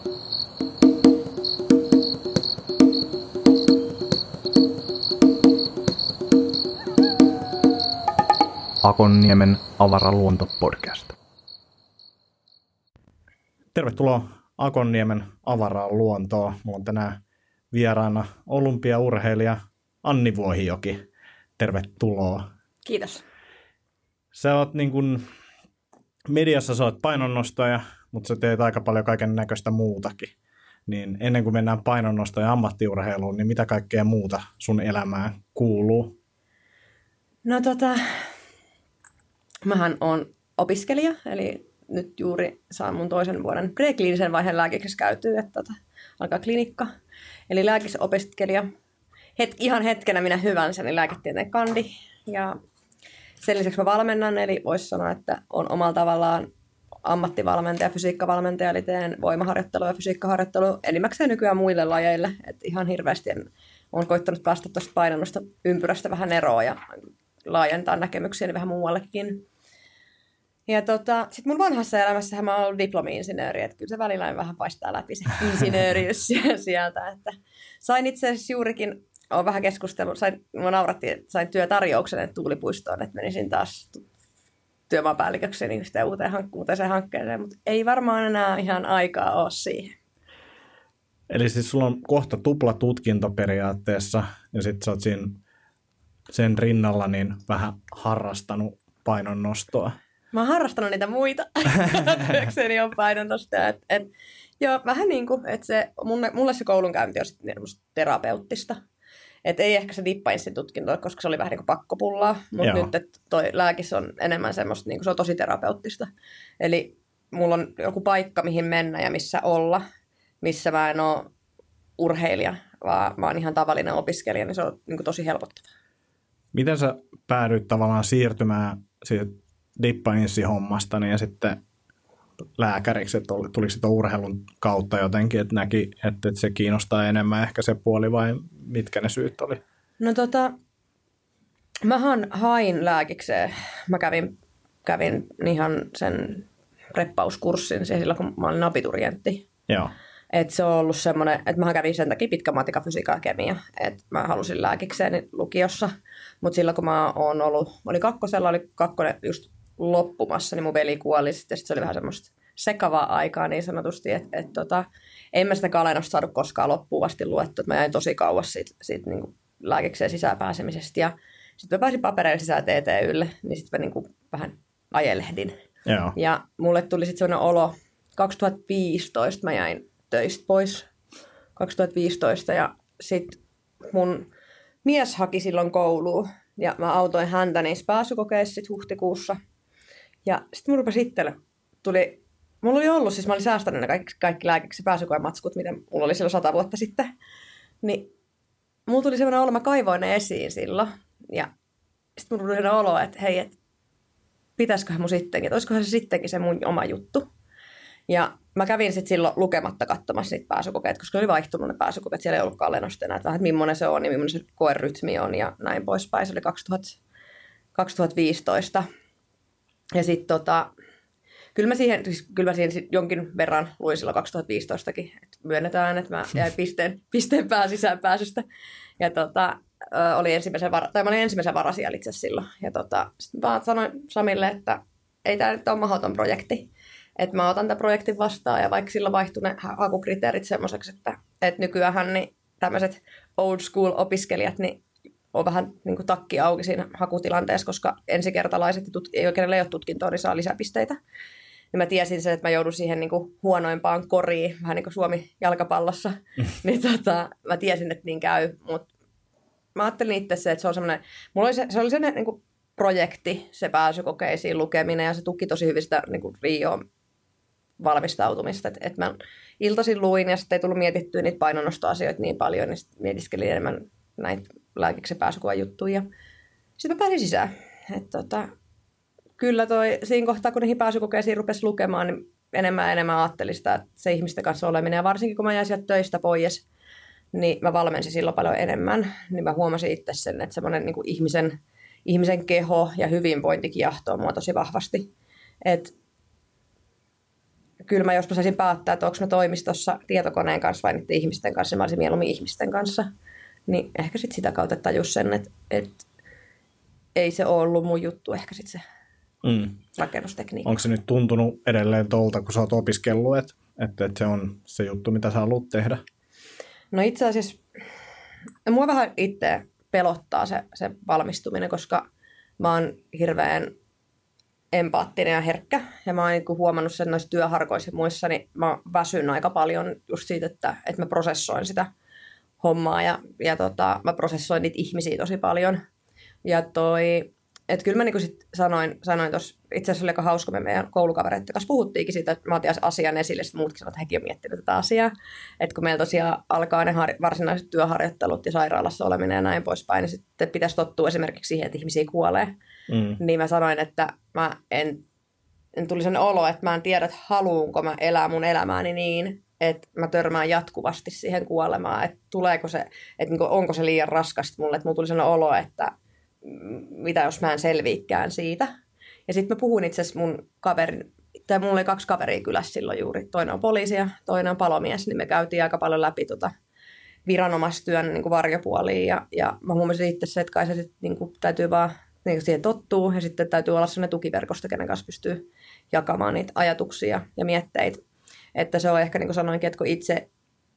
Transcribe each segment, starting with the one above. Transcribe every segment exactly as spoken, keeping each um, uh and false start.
Akonniemen avaraluonto-podcast. Tervetuloa Akonniemen avaraan luontoon. Mulla on tänään vieraana olympiaurheilija Anni Vuohijoki. Tervetuloa. Kiitos. Sä oot niin kun, mediassa sä oot painonnostaja, mutta sä teet aika paljon kaiken näköistä muutakin. Niin ennen kuin mennään painonnostoon ja ammattiurheiluun, niin mitä kaikkea muuta sun elämään kuuluu? No tota, mähän oon opiskelija, eli nyt juuri saan mun toisen vuoden prekliinisen vaiheen lääkiksessä käytyä, että tota, alkaa klinikka. Eli lääkisopiskelija, Het, ihan hetkenä minä hyvänsä, niin lääketieteen kandi. Ja sen lisäksi mä valmennan, eli voisi sanoa, että on omalla tavallaan ammattivalmentaja, fysiikkavalmentaja, eli teen voimaharjoittelua ja fysiikkaharjoittelua enimmäkseen nykyään muille lajeille. Et ihan hirveästi olen koittanut päästä tuosta painonnosta ympyrästä vähän eroa ja laajentaa näkemyksiäni vähän muuallekin. Ja tota, sitten mun vanhassa elämässähän mä oon ollut diplomi-insinööri, että kyllä se välillä vähän paistaa läpi se insinööriys sieltä. Että sain itse asiassa juurikin, oon vähän keskustellut, sain, mua naurattiin, että sain työtarjouksen Tuulipuistoon, että menisin taas työmaapäällikökseni yhteen uuteen, uuteen hankkeeseen, mutta ei varmaan enää ihan aikaa ole siihen. Eli siis sulla on kohta tuplatutkinto periaatteessa, ja sitten sä oot siinä sen rinnalla niin vähän harrastanut painonnostoa. Mä oon harrastanut niitä muita. Työkseni on painonnostoa. Et, et, joo, vähän niin kuin, että se, mulle, mulle se koulunkäynti on sitten terapeuttista. Että ei ehkä se dippainstitutkinto, koska se oli vähän niin kuin pakkopullaa. Mutta nyt että toi lääkis on enemmän semmoista, niin kuin se on tosi terapeuttista. Eli mulla on joku paikka, mihin mennä ja missä olla, missä mä en ole urheilija, vaan mä oon ihan tavallinen opiskelija, niin se on niin kuin tosi helpottavaa. Miten sä päädyit tavallaan siirtymään siitä dippainsi-hommasta niin ja sitten lääkäriksi, että tuliko sitä urheilun kautta jotenkin, että näki, että se kiinnostaa enemmän ehkä se puoli vai mitkä ne syyt oli? No tota, mähän hain lääkikseen. Mä kävin, kävin ihan sen preppauskurssin silloin, kun mä olin abiturientti. Joo. Et se on ollut semmoinen, että mä kävin sen takia pitkä matika, fysiikka ja kemia. Että mä halusin lääkikseen lukiossa. Mutta silloin kun mä oon ollut, mä olin kakkosella, oli kakkonen just loppumassa, niin mun veli kuoli. Sitten se oli vähän semmoista sekavaa aikaa niin sanotusti, että et tota, en mä sitä kalennosta saanut koskaan loppuun asti luettu. Että mä jäin tosi kauas siitä, siitä niin kuin lääkikseen sisään pääsemisestä. Ja sitten mä pääsin papereille sisään T T Y:lle, niin sitten mä niin kuin vähän ajelehdin. Joo. Ja mulle tuli sitten semmoinen olo, kaksituhattaviisitoista mä jäin töistä pois, kaksituhattaviisitoista, ja sitten mun mies haki silloin kouluun, ja mä autoin häntä niissä pääsykokeissa sit huhtikuussa. Ja sitten mun rupesi itselle, tuli, mulla oli ollut, siis mä olin säästänyt ne kaikki, kaikki lääkiksi pääsykoematskut, mitä mulla oli silloin sata vuotta sitten, niin mulla tuli semmoinen olo, mä kaivoin ne esiin silloin, ja sitten mulla tuli semmoinen olo, että hei, et pitäisiköhän mun sittenkin, että olisikohan se sittenkin se mun oma juttu. Ja mä kävin sitten silloin lukematta katsomassa niitä pääsykokeita, koska oli vaihtunut ne pääsykokeet. Siellä ei ollutkaan lennosta enää, että vähän, että millainen se on ja millainen se koerytmi on ja näin poispäin. Se oli kaksituhattaviisitoista. Ja sitten tota, kyllä mä siihen, siis kyllä mä siihen jonkin verran luin silloin kaksituhattaviisitoistakin. Että myönnetään, että mä jäin pisteen, pisteen pää sisään pääsystä. Ja tota, oli ensimmäisen, var- tai mä olin ensimmäisen varasijalla itse silloin. Ja tota, sitten mä sanoin Samille, että ei tämä nyt ole mahdoton projekti. Että mä otan tämän projektin vastaan ja vaikka sillä vaihtui ne hakukriteerit semmoiseksi, että, että nykyäänhän niin tämmöiset old school opiskelijat niin on vähän niin kuin takki auki siinä hakutilanteessa, koska ensikertalaiset, ei oikein ole tutkintoa, niin saa lisäpisteitä. Ja mä tiesin sen, että mä joudun siihen niin kuin huonoimpaan koriin, vähän niin kuin Suomi jalkapallossa. niin tota, mä tiesin, että niin käy, mutta mä ajattelin itse se, että se on semmoinen, mulla oli se, se oli sellainen niin kuin projekti, se pääsykokeisiin lukeminen ja se tuki tosi hyvin sitä niin kuin Rioon valmistautumista. Että et mä iltaisin luin ja sitten ei tullut mietittyä niitä painonnostoasioita niin paljon, niin sitten mietiskelin enemmän näitä lääkiksen pääsykoen juttuja. Sitten mä pääsin sisään. Et tota, kyllä toi, siinä kohtaa, kun niihin pääsykokeisiin rupesi lukemaan, niin enemmän ja enemmän ajattelin sitä, että se ihmisten kanssa oleminen. Ja varsinkin kun mä jäin sieltä töistä pois, niin mä valmensin silloin paljon enemmän. Niin mä huomasin itse sen, että semmoinen niin kuin ihmisen, ihmisen keho ja hyvinvointi kiehtoo mua tosi vahvasti. Et kyllä mä jos mä saisin päättää, että onko mä toimistossa tietokoneen kanssa vai niiden ihmisten kanssa, mä olisin mieluummin ihmisten kanssa. Niin ehkä sitten sitä kautta tajus sen, että, että ei se ole ollut mun juttu ehkä sitten se mm. rakennustekniikka. Onko se nyt tuntunut edelleen tolta, kun sä oot opiskellut, että, että, että se on se juttu, mitä sä haluat tehdä? No itse asiassa mua vähän itse pelottaa se, se valmistuminen, koska mä oon hirveän empaattinen ja herkkä. Ja mä oon niin huomannut sen noissa työharkoissa ja muissa, niin mä väsyn aika paljon just siitä, että, että mä prosessoin sitä hommaa ja, ja tota, mä prosessoin niitä ihmisiä tosi paljon. Ja toi, että kyllä mä niin sit sanoin, sanoin tuossa, itse asiassa oli aika hauska, me meidän koulukavereiden kanssa puhuttiinkin siitä, että mä otin asian esille, sitten muutkin sanoivat, että hekin on miettinyt tätä asiaa. Että kun meillä tosiaan alkaa ne har- varsinaiset työharjoittelut ja sairaalassa oleminen ja näin poispäin, niin sitten pitäisi tottua esimerkiksi siihen, että ihmisiä kuolee. Mm. Niin mä sanoin, että mä en, en tuli sellainen olo, että mä en tiedä, että haluunko mä elää mun elämääni niin, että mä törmään jatkuvasti siihen kuolemaan, että tuleeko se, että onko se liian raskasta mulle, että mulla tuli sellainen olo, että mitä jos mä en selviikään siitä. Ja sitten mä puhuin itse asiassa mun kaverin, tai mulla oli kaksi kaveria kylässä silloin juuri, toinen on poliisi ja toinen on palomies, niin me käytiin aika paljon läpi tota viranomaistyön niin kuin varjopuolia, ja, ja mä huomasin itse se, että kai se sit, niin kuin, täytyy vaan niin siihen tottuu, ja sitten täytyy olla sellainen tukiverkosto, kenen kanssa pystyy jakamaan niitä ajatuksia ja mietteitä. Että se on ehkä, niin kuin sanoinkin, että kun itse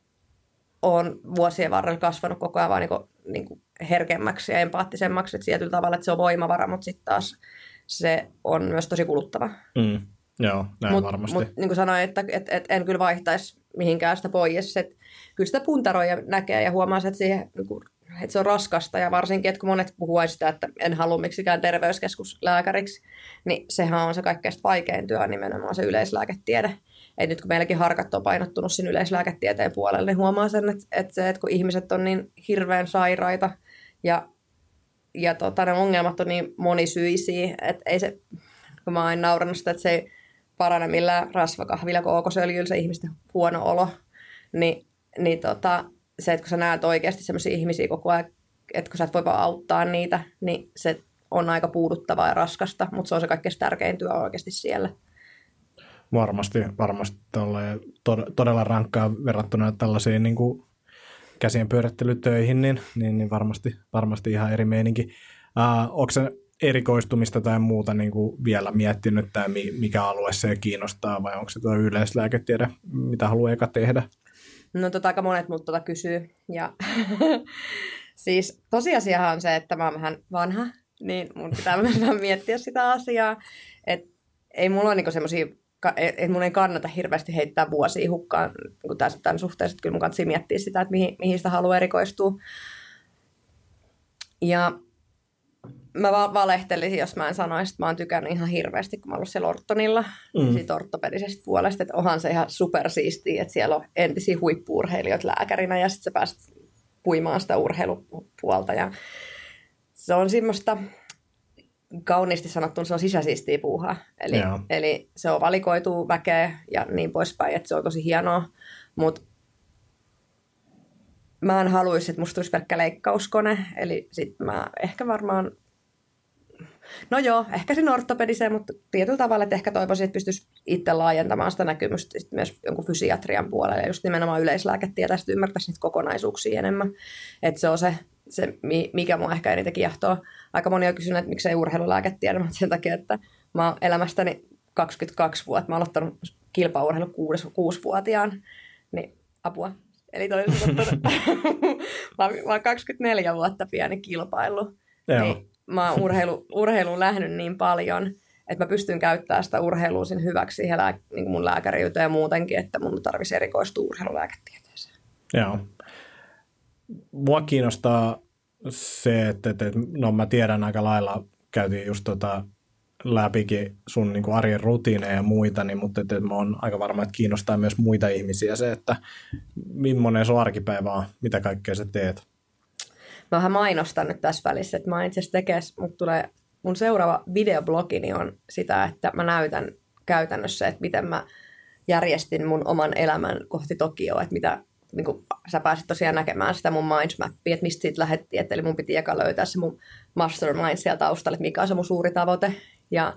olen vuosien varrella kasvanut koko ajan vaan niin kuin, niin kuin herkemmäksi ja empaattisemmaksi, että tietyllä tavalla, että se on voimavara, mutta sitten taas se on myös tosi kuluttava. Mm, joo, näin mut, varmasti. Mutta niin kuin sanoin, että et, et en kyllä vaihtaisi mihinkään sitä pois. Että kyllä sitä puntaroi ja näkee ja huomaa, että, siihen, niin kuin, että se on raskasta. Ja varsinkin, että kun monet puhuu sitä, että en halua miksikään terveyskeskuslääkäriksi, niin sehän on se kaikkein vaikein työ, nimenomaan se yleislääketiede. Et nyt kun meilläkin harkat on painottunut sinne yleislääketieteen puolelle, niin huomaa sen, että, että, se, että kun ihmiset on niin hirveän sairaita ja, ja tota, ne ongelmat on niin monisyisiä, että ei se, kun mä oon aina naurannut sitä, että se ei parane millään rasvakahvilla, kun ookosöljyllä se ihmisten huono olo, niin, niin tota, se, että kun sä näet oikeasti sellaisia ihmisiä koko ajan, että kun sä et voi vaan auttaa niitä, niin se on aika puuduttavaa ja raskasta, mutta se on se kaikkein tärkein työ oikeasti siellä. Varmasti, varmasti todella rankkaa verrattuna tällaisiin niin kuin käsien pyörittelytöihin, niin, niin, niin varmasti, varmasti ihan eri meininki. Uh, onko se erikoistumista tai muuta niin kuin vielä miettinyt, tai mikä alue se kiinnostaa, vai onko se tuo yleislääketiede, mitä haluaa eka tehdä? No tota, aika monet mut tota kysyy. Ja siis tosiasiahan on se, että mä oon vähän vanha, niin mun pitää myös miettiä sitä asiaa. Että ei mulla ole niinku semmosia, että mun ei kannata hirveästi heittää vuosia hukkaan niin tämän suhteen. Että kyllä mun kannattaa miettiä sitä, että mihin, mihin sitä haluaa erikoistua. Ja mä vaan valehtelisin, jos mä en sanoisi, että mä oon tykännyt ihan hirveästi, kun mä oon ollut siellä ortonilla, mm. siitä ortopedisestä puolesta, että onhan se ihan supersiistiä, että siellä on entisiä huippu-urheilijoita lääkärinä ja sitten sä pääset puimaan sitä urheilupuolta. Ja se on semmoista, kauniisti sanottuna, se on sisäsiistiä puuhaa. Eli, eli se on valikoituu väkeä ja niin poispäin, että se on tosi hienoa, mutta mä en haluaisi, että musta tulisi pelkkä leikkauskone, eli sitten mä ehkä varmaan, no joo, ehkä sen ortopediseen, mutta tietyllä tavalla, että ehkä toivoisin, että pystyisi itse laajentamaan sitä näkymystä myös jonkun fysiatrian puolelle, ja just nimenomaan yleislääketieteestä ymmärtäisi niitä kokonaisuuksia enemmän, että se on se, se mikä mua ehkä eniten kiehtoo. Aika moni on kysynyt, että miksei urheilulääketiede, mutta sen takia, että mä oon elämästäni kaksikymmentäkaksi vuotta, mä oon aloittanut kilpaurheilun kuusivuotiaan, niin apua. Eli toisaalta mä oon kaksikymmentäneljä vuotta pieni kilpailu. Niin mä oon urheilu, urheiluun lähnyt niin paljon, että mä pystyn käyttämään sitä urheilua sen hyväksi ja lää, niin mun lääkäriyteen ja muutenkin, että mun tarvitsisi erikoistua urheilulääketieteeseen. Joo. Mua kiinnostaa se, että, että no mä tiedän aika lailla, käytiin just tota läpikin sun niin kuin arjen rutiineja ja muita, niin, mutta että mä oon aika varma, että kiinnostaa myös muita ihmisiä se, että millainen sun arkipäivä on, mitä kaikkea sä teet. Mä vähän mainostan nyt tässä välissä, että mä itse asiassa tekes, mut tulee, mun seuraava videoblogini on sitä, että mä näytän käytännössä, että miten mä järjestin mun oman elämän kohti Tokioa, että mitä niin kuin sä pääsit tosiaan näkemään sitä mun mindsmappia, että mistä siitä lähdettiin, että eli mun piti eka löytää se mun mastermind sieltä taustalla, että mikä on se mun suuri tavoite. Ja,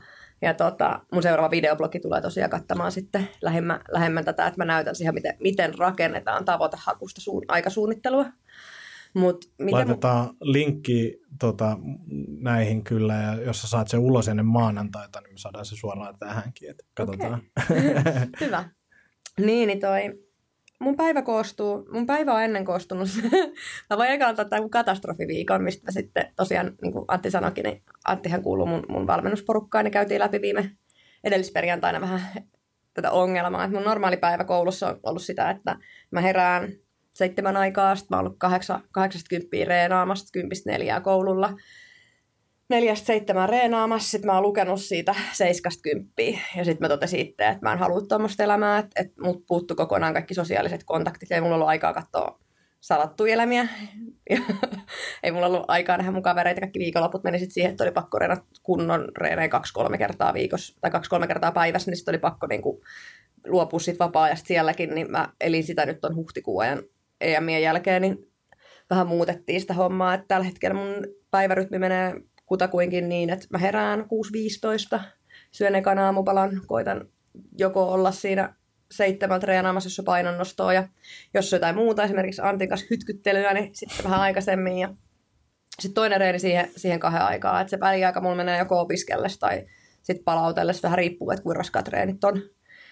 Ja tota, mun seuraava videoblogi tulee tosiaan kattamaan sitten lähemmän, lähemmän tätä, että mä näytän siihen, miten, miten rakennetaan tavoitehakusta suun, aikasuunnittelua. Mut Laitetaan mun... linkki tota, näihin kyllä, ja jos sä saat sen ulos ennen maanantaita, niin me saadaan se suoraan tähänkin, että katsotaan. Okay. Hyvä. Niin, niin toi... Mun päivä koostuu, mun päivä on ennen koostunut, mä voin eka antaa tämän katastrofiviikon, mistä mä sitten tosiaan, niin kuin Antti sanoikin, niin Anttihan kuuluu mun, mun valmennusporukkaan, niin käytiin läpi viime edellisperjantaina vähän tätä ongelmaa, että mun normaali päivä koulussa on ollut sitä, että mä herään seitsemän aikaa, sitten mä oon ollut kahdeksan, kahdeksasta kymppiä reenaamassa, kympistä neljää koululla, neljästä seitsemän reenaamassa, sitten mä oon lukenut siitä seiskasta kymppiä, ja sitten mä totesin itse, että mä en halua tuommoista elämää, että, että mut puuttu kokonaan kaikki sosiaaliset kontaktit, ja ei mulla ollut aikaa katsoa salattuja elämiä, ja ei mulla ollut aikaa nähdä mun kavereita, kaikki viikonloput meni sitten siihen, että oli pakko reenata kunnon reeneen kaksi-kolme kertaa viikossa, tai kaksi-kolme kertaa päivässä, niin sitten oli pakko niin kuin luopua siitä vapaa-ajasta sielläkin, niin mä elin sitä nyt ton huhtikuun ajan E M:ien jälkeen, niin vähän muutettiin sitä hommaa, että tällä hetkellä mun päivärytmi menee kutakuinkin niin, että mä herään kuusi viisitoista, syön ekan aamupalan, koitan joko olla siinä seitsemältä treenaamassa, jos on painonnostoa, ja jos on jotain muuta, esimerkiksi Antin kanssa hytkyttelyä, niin sitten vähän aikaisemmin, ja sitten toinen reeni siihen, siihen kahden aikaa, että se väliaika mulla menee joko opiskellessa tai sitten palautellessa, vähän riippuu, että kuinka raskaat treenit on.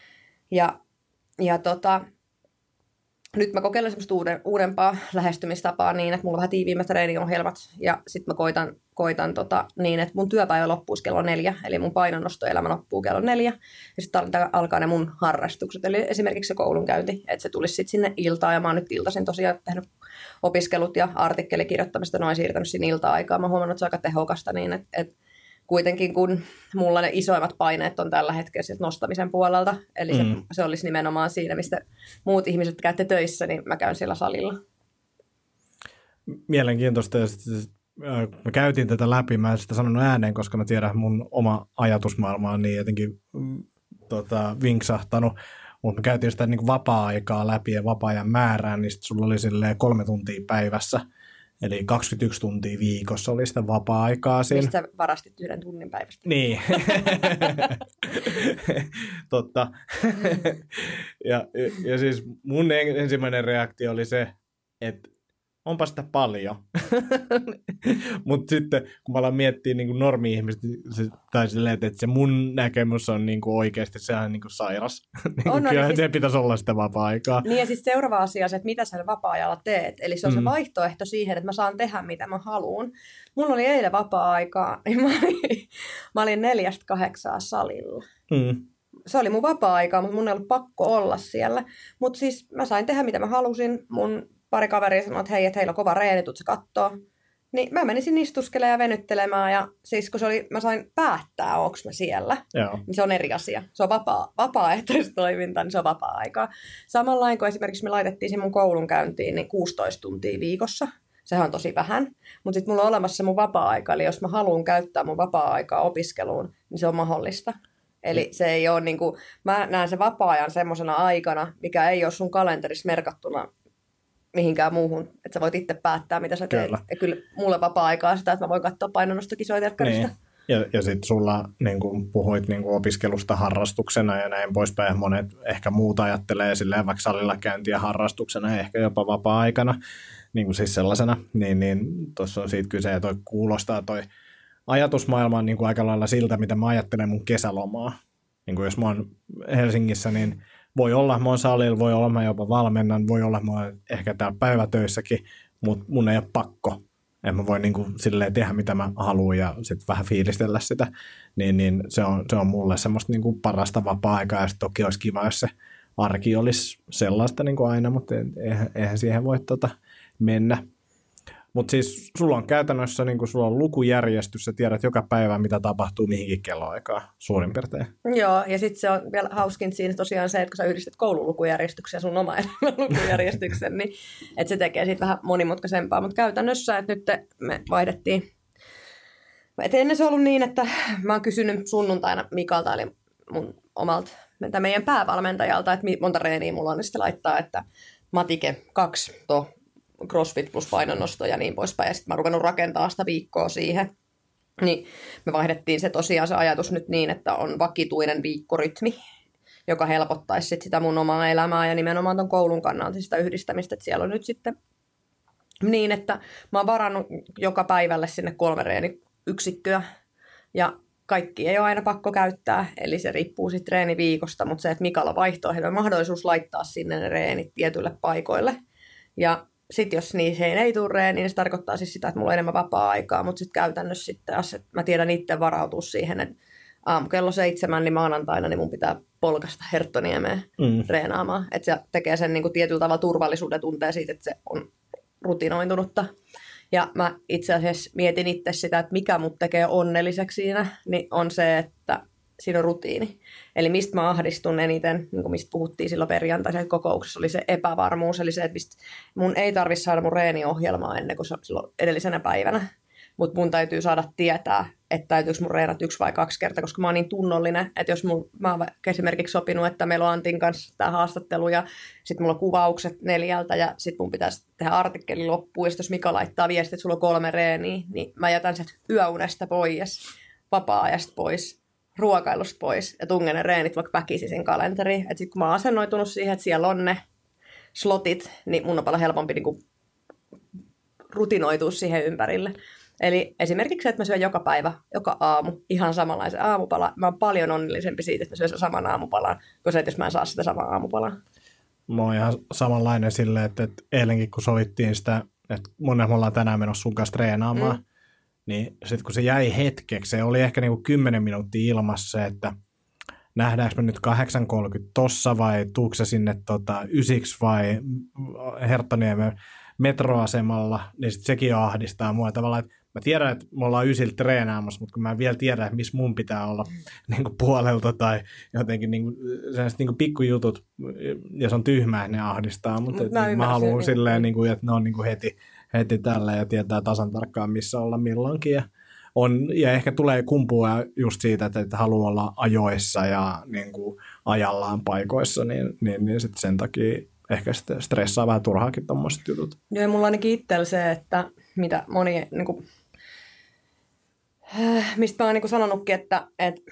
Ja, ja tota... Nyt mä kokeilen semmoista uuden, uudempaa lähestymistapaa niin, että mulla on vähän tiiviimmät treeniohjelmat ja sitten mä koitan, koitan tota, niin, että mun työpäivä loppuisi kello neljä, eli mun painonnostoelämä loppuu kello neljä ja sitten alkaa ne mun harrastukset, eli esimerkiksi se koulunkäynti, että se tulisi sitten sinne iltaan ja mä oon nyt iltaisin tosiaan tehnyt opiskelut ja artikkelikirjoittamista noin siirtänyt sinne ilta-aikaan. Mä oon huomannut, että se on aika tehokasta niin, että, että kuitenkin kun mulla ne isoimmat paineet on tällä hetkellä sieltä nostamisen puolelta, eli se, mm. se olisi nimenomaan siinä, mistä muut ihmiset käytte töissä, niin mä käyn siellä salilla. Mielenkiintoista, ja sitten mä käytin tätä läpi, mä en sitä sanonut ääneen, koska mä tiedän, että mun oma ajatusmaailma on niin jotenkin tota, vinksahtanut, mutta me käytiin sitä niin kuin vapaa-aikaa läpi ja vapaa-ajan määrää, niin sitten sulla oli silleen kolme tuntia päivässä. Eli kaksikymmentäyksi tuntia viikossa oli sitä vapaa-aikaa siinä. Mistä varastit yhden tunnin päivästä. Niin. Totta. ja, ja siis mun ensimmäinen reaktio oli se, että onpa sitä paljon. Mutta sitten kun mä alan miettiä niin normi-ihmistä, tai silleen, että se mun näkemys on niin kuin oikeasti sehän niin kuin sairas. niin on, kyllä no, siis... se pitäisi olla sitä vapaa-aikaa. Niin ja siis seuraava asia on se, että mitä sä vapaa-ajalla teet. Eli se on mm. se vaihtoehto siihen, että mä saan tehdä mitä mä haluun. Mulla oli eilen vapaa-aikaa, niin mä olin, mä olin neljästä kahdeksaa salilla. Mm. Se oli mun vapaa-aikaa, mutta mun ei ollut pakko olla siellä. Mutta siis mä sain tehdä mitä mä halusin. Mun pari kaveria sanoi, että hei, että heillä on kova reeni, tuut sä kattoo. Niin mä menisin istuskelemaan ja venyttelemään. Ja siis kun se oli, mä sain päättää, onko mä siellä, Joo. niin se on eri asia. Se on vapaa, vapaaehtoistoiminta, niin se on vapaa-aikaa. Samanlain kuin esimerkiksi me laitettiin sen mun koulun käyntiin niin kuusitoista tuntia viikossa. Sehän on tosi vähän. Mutta sitten mulla on olemassa mun vapaa-aika. Eli jos mä haluan käyttää mun vapaa-aikaa opiskeluun, niin se on mahdollista. Eli se ei ole niin kuin, mä näen sen vapaa-ajan semmoisena aikana, mikä ei ole sun kalenterissa merkattuna mihinkään muuhun, että sä voit itse päättää, mitä sä teet. Kyllä. Ja kyllä mulle vapaa-aikaa sitä, että mä voin katsoa painonnostokisoja telkkarista. Niin. Ja, ja sitten sulla niin kun puhuit niin kun opiskelusta harrastuksena ja näin poispäin. Monet ehkä muuta ajattelee silleen vaikka salilla käyntiä harrastuksena ja ehkä jopa vapaa-aikana, niin kuin siis sellaisena. Niin, niin tuossa on siitä kyse ja toi kuulostaa toi ajatusmaailma on niin kuin aika lailla siltä, mitä mä ajattelen mun kesälomaa. Niin kuin jos mä oon Helsingissä, niin voi olla, mä oon salilla, voi olla, mä jopa valmennan, voi olla, mä oon ehkä täällä päivätöissäkin, mutta mun ei ole pakko. En mä voi niin kuin silleen tehdä, mitä mä haluan ja sitten vähän fiilistellä sitä. Niin, niin se, on, se on mulle semmoista niin kuin parasta vapaa-aikaa ja toki olisi kiva, jos se arki olisi sellaista niin kuin aina, mutta eihän, eihän siihen voi tota mennä. Mutta siis sulla on käytännössä, niin kun sulla on lukujärjestys, sä tiedät joka päivä, mitä tapahtuu mihinkin kelloaikaan suurin piirtein. Joo, ja sitten se on vielä hauskin siinä tosiaan se, että kun sä yhdistät koululukujärjestyksen ja sun oma lukujärjestyksen, niin että se tekee siitä vähän monimutkaisempaa. Mutta käytännössä, että nyt me vaihdettiin. Et ennen se on ollut niin, että mä oon kysynyt sunnuntaina Mikalta, eli mun omalta, meidän päävalmentajalta, että monta reeniä mulla on, niin sitten laittaa, että matike kaksi, to CrossFit plus painonnosto ja niin poispäin. Ja sitten mä oon ruvennut rakentaa sitä viikkoa siihen. Niin me vaihdettiin se tosiaan se ajatus nyt niin, että on vakituinen viikkorytmi, joka helpottaisi sit sitä mun omaa elämää ja nimenomaan ton koulun kannalta sitä yhdistämistä. Että siellä on nyt sitten niin, että mä oon varannut joka päivälle sinne kolme reeniyksikköä ja kaikki ei ole aina pakko käyttää, eli se riippuu sitten treeniviikosta, mutta se, että Mikalla vaihtoehto on mahdollisuus laittaa sinne ne reenit tietyille paikoille. Ja sitten jos niihin ei tule reeni, niin se tarkoittaa siis sitä, että mulla on enemmän vapaa-aikaa, mutta sitten käytännössä sitten, että mä tiedän itse varautua siihen, että aamu kello seitsemän, niin maanantaina niin mun pitää polkasta Herttoniemeen mm. treenaamaan. Että se tekee sen niin kuin tietyllä tavalla turvallisuuden tunteen siitä, että se on rutinoitunutta. Ja mä itse asiassa mietin itse sitä, että mikä mut tekee onnelliseksi siinä, niin on se, että siinä on rutiini. Eli mistä mä ahdistun eniten, niin kuin mistä puhuttiin silloin perjantaisen kokouksessa, oli se epävarmuus. Eli se, että mistä mun ei tarvitse saada mun reeniohjelmaa ennen kuin se on silloin edellisenä päivänä. Mutta mun täytyy saada tietää, että täytyykö mun reenat yksi vai kaksi kertaa, koska mä oon niin tunnollinen, että jos mun, mä oon esimerkiksi sopinut, että meillä on Antin kanssa tämä haastattelu ja sitten mulla on kuvaukset neljältä ja sitten mun pitäisi tehdä artikkeli loppuun ja sitten jos Mika laittaa viesti, että sulla on kolme reeniä, niin mä jätän sieltä yöunesta pois, vapaa-ajasta pois, ruokailusta pois ja tungen ne reenit vaikka väkisin sen kalenteriin. Että sitten kun mä oon asennoitunut siihen, että siellä on ne slotit, niin mun on paljon helpompi niin kuin rutinoitua siihen ympärille. Eli esimerkiksi se, että mä syön joka päivä, joka aamu, ihan samanlaisen aamupalan. Mä oon paljon onnellisempi siitä, että mä syön sen saman aamupalan, kuin se, että jos mä en saa sitä samaa aamupalaa. Mä oon ihan samanlainen silleen, että, että eilenkin kun sovittiin sitä, että monen me ollaan tänään menossa sun kanssa treenaamaan, mm. niin sitten kun se jäi hetkeksi, se oli ehkä niinku kymmenen minuuttia ilmassa, että nähdäänkö me nyt kahdeksan kolmekymmentä tossa vai tuuko se sinne tota, ysiksi vai Herttoniemen metroasemalla, niin sit sekin ahdistaa mua tavallaan, että mä tiedän, että me ollaan ysiltä treenaamassa, mutta kun mä en vielä tiedä, että missä mun pitää olla niin kuin puolelta tai jotenkin niin kuin, sellaiset niin kuin pikkujutut, ja se on tyhmää, että ne ahdistaa, mutta Mut mä, mä haluan niin, silleen, niin kuin, että ne on niin kuin heti, heti tällä ja tietää tasan tarkkaan, missä olla milloinkin. Ja, on, ja ehkä tulee kumpua just siitä, että, että haluaa olla ajoissa ja niin kuin ajallaan paikoissa, niin, niin, niin sitten sen takia ehkä sitten stressaa vähän turhaakin tommoiset jutut. Joo, ja mulla ainakin itsellä se, että mitä moni, niin kuin, mistä mä oon niin kuin sanonutkin, että, että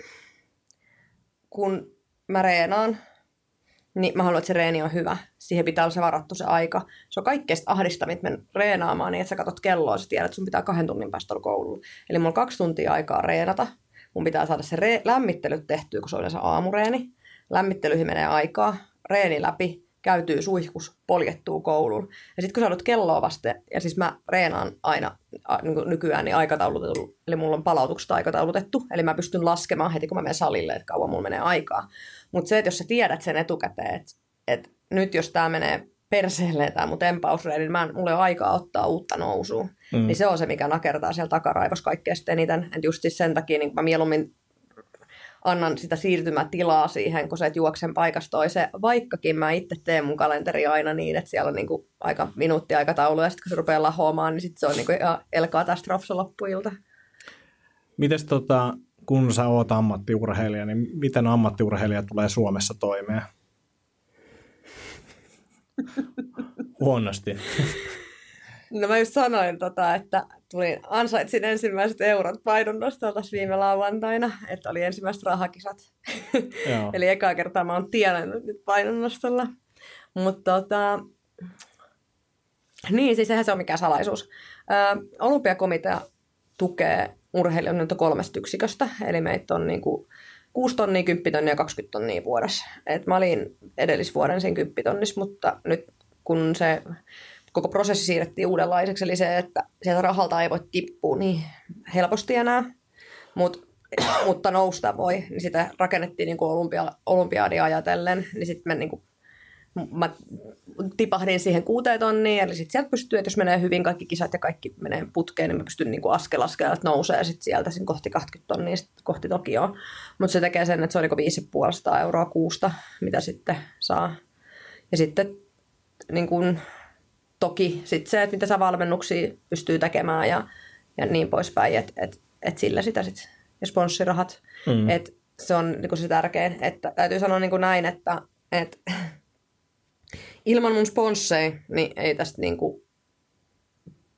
kun mä reenaan, niin mä haluan, että se reeni on hyvä. Siihen pitää olla se varattu se aika. Se on kaikkein ahdistavit mennä reenaamaan niin, että sä katsot kelloa ja sä tiedät, että sun pitää kahden tunnin päästä olla koululla. Eli mulla on kaksi tuntia aikaa reenata. Mun pitää saada se re- lämmittelyt tehtyä, kun se on yleensä aamureeni. Lämmittelyihin menee aikaa, reeni läpi. Käytyy suihkus, poljettuu kouluun. Ja sitten kun sä olet kelloa vasten, ja siis mä reenaan aina niin nykyään niin aikataulutettu, eli mulla on palautukset aikataulutettu, eli mä pystyn laskemaan heti, kun mä menen salille, että kauan mulla menee aikaa. Mutta se, että jos sä tiedät sen etukäteen, että, että nyt jos tää menee perseelleen tämä mun tempausreeni, niin mä, mulla ei ole aikaa ottaa uutta nousua. Mm. Niin se on se, mikä nakertaa siellä takaraivossa kaikkein eniten. Että just siis sen takia niin mä mieluummin annan sitä siirtymätilaa siihen, kun se, että juoksen paikasta toiseen, vaikkakin mä itse teen mun kalenteri aina niin, että siellä on niinku aika minuuttiaikataulu, ja sitten kun se rupeaa lahoamaan, niin sitten se on niinku ihan elkatastrofsa loppuilta. Mites tota, kun sä oot ammattiurheilija, niin miten ammattiurheilija tulee Suomessa toimeen? Huonosti. No mä just sanoin, tota, että tulin, ansaitsin ensimmäiset eurot painonnostolta viime lauantaina, että oli ensimmäiset rahakisat. Eli ekaa kertaa mä oon tienannut nyt painonnostolla. Mutta tota, niin, siis eihän se ole mikään salaisuus. Ö, Olympiakomitea tukee urheilijoita kolmesta yksiköstä, eli meitä on niinku kuusi tonnia, kymmenen tonnia ja kaksikymmentä tonnia vuodessa. Et mä olin edellisvuoden sen kymmenen tonnissa, mutta nyt kun se koko prosessi siirrettiin uudenlaiseksi, eli se, että sieltä rahalta ei voi tippua niin helposti enää, Mut, mutta nousta voi, niin sitä rakennettiin niin kuin olympia, olympiaadia ajatellen, niin sitten mä, niin kuin, mä tipahdin siihen kuuteen tonniin, eli sitten sieltä pystyy, että jos menee hyvin kaikki kisat ja kaikki menee putkeen, niin mä pystyn niin kuin askel askel, että nousee sitten sieltä sin kohti kaksikymmentä tonnia, sitten kohti Tokioa. Mutta se tekee sen, että se on niin viisi ja puolisataa euroa kuusta, mitä sitten saa. Ja sitten niin kuin, toki sitten se, että mitä sä valmennuksia pystyy tekemään ja, ja niin poispäin, että et, et sillä sitä sitten, ja sponssirahat, mm. että se on niin kuin se tärkein. Että täytyy sanoa niin kuin näin, että et, ilman mun sponsseja, niin ei tästä niin kuin,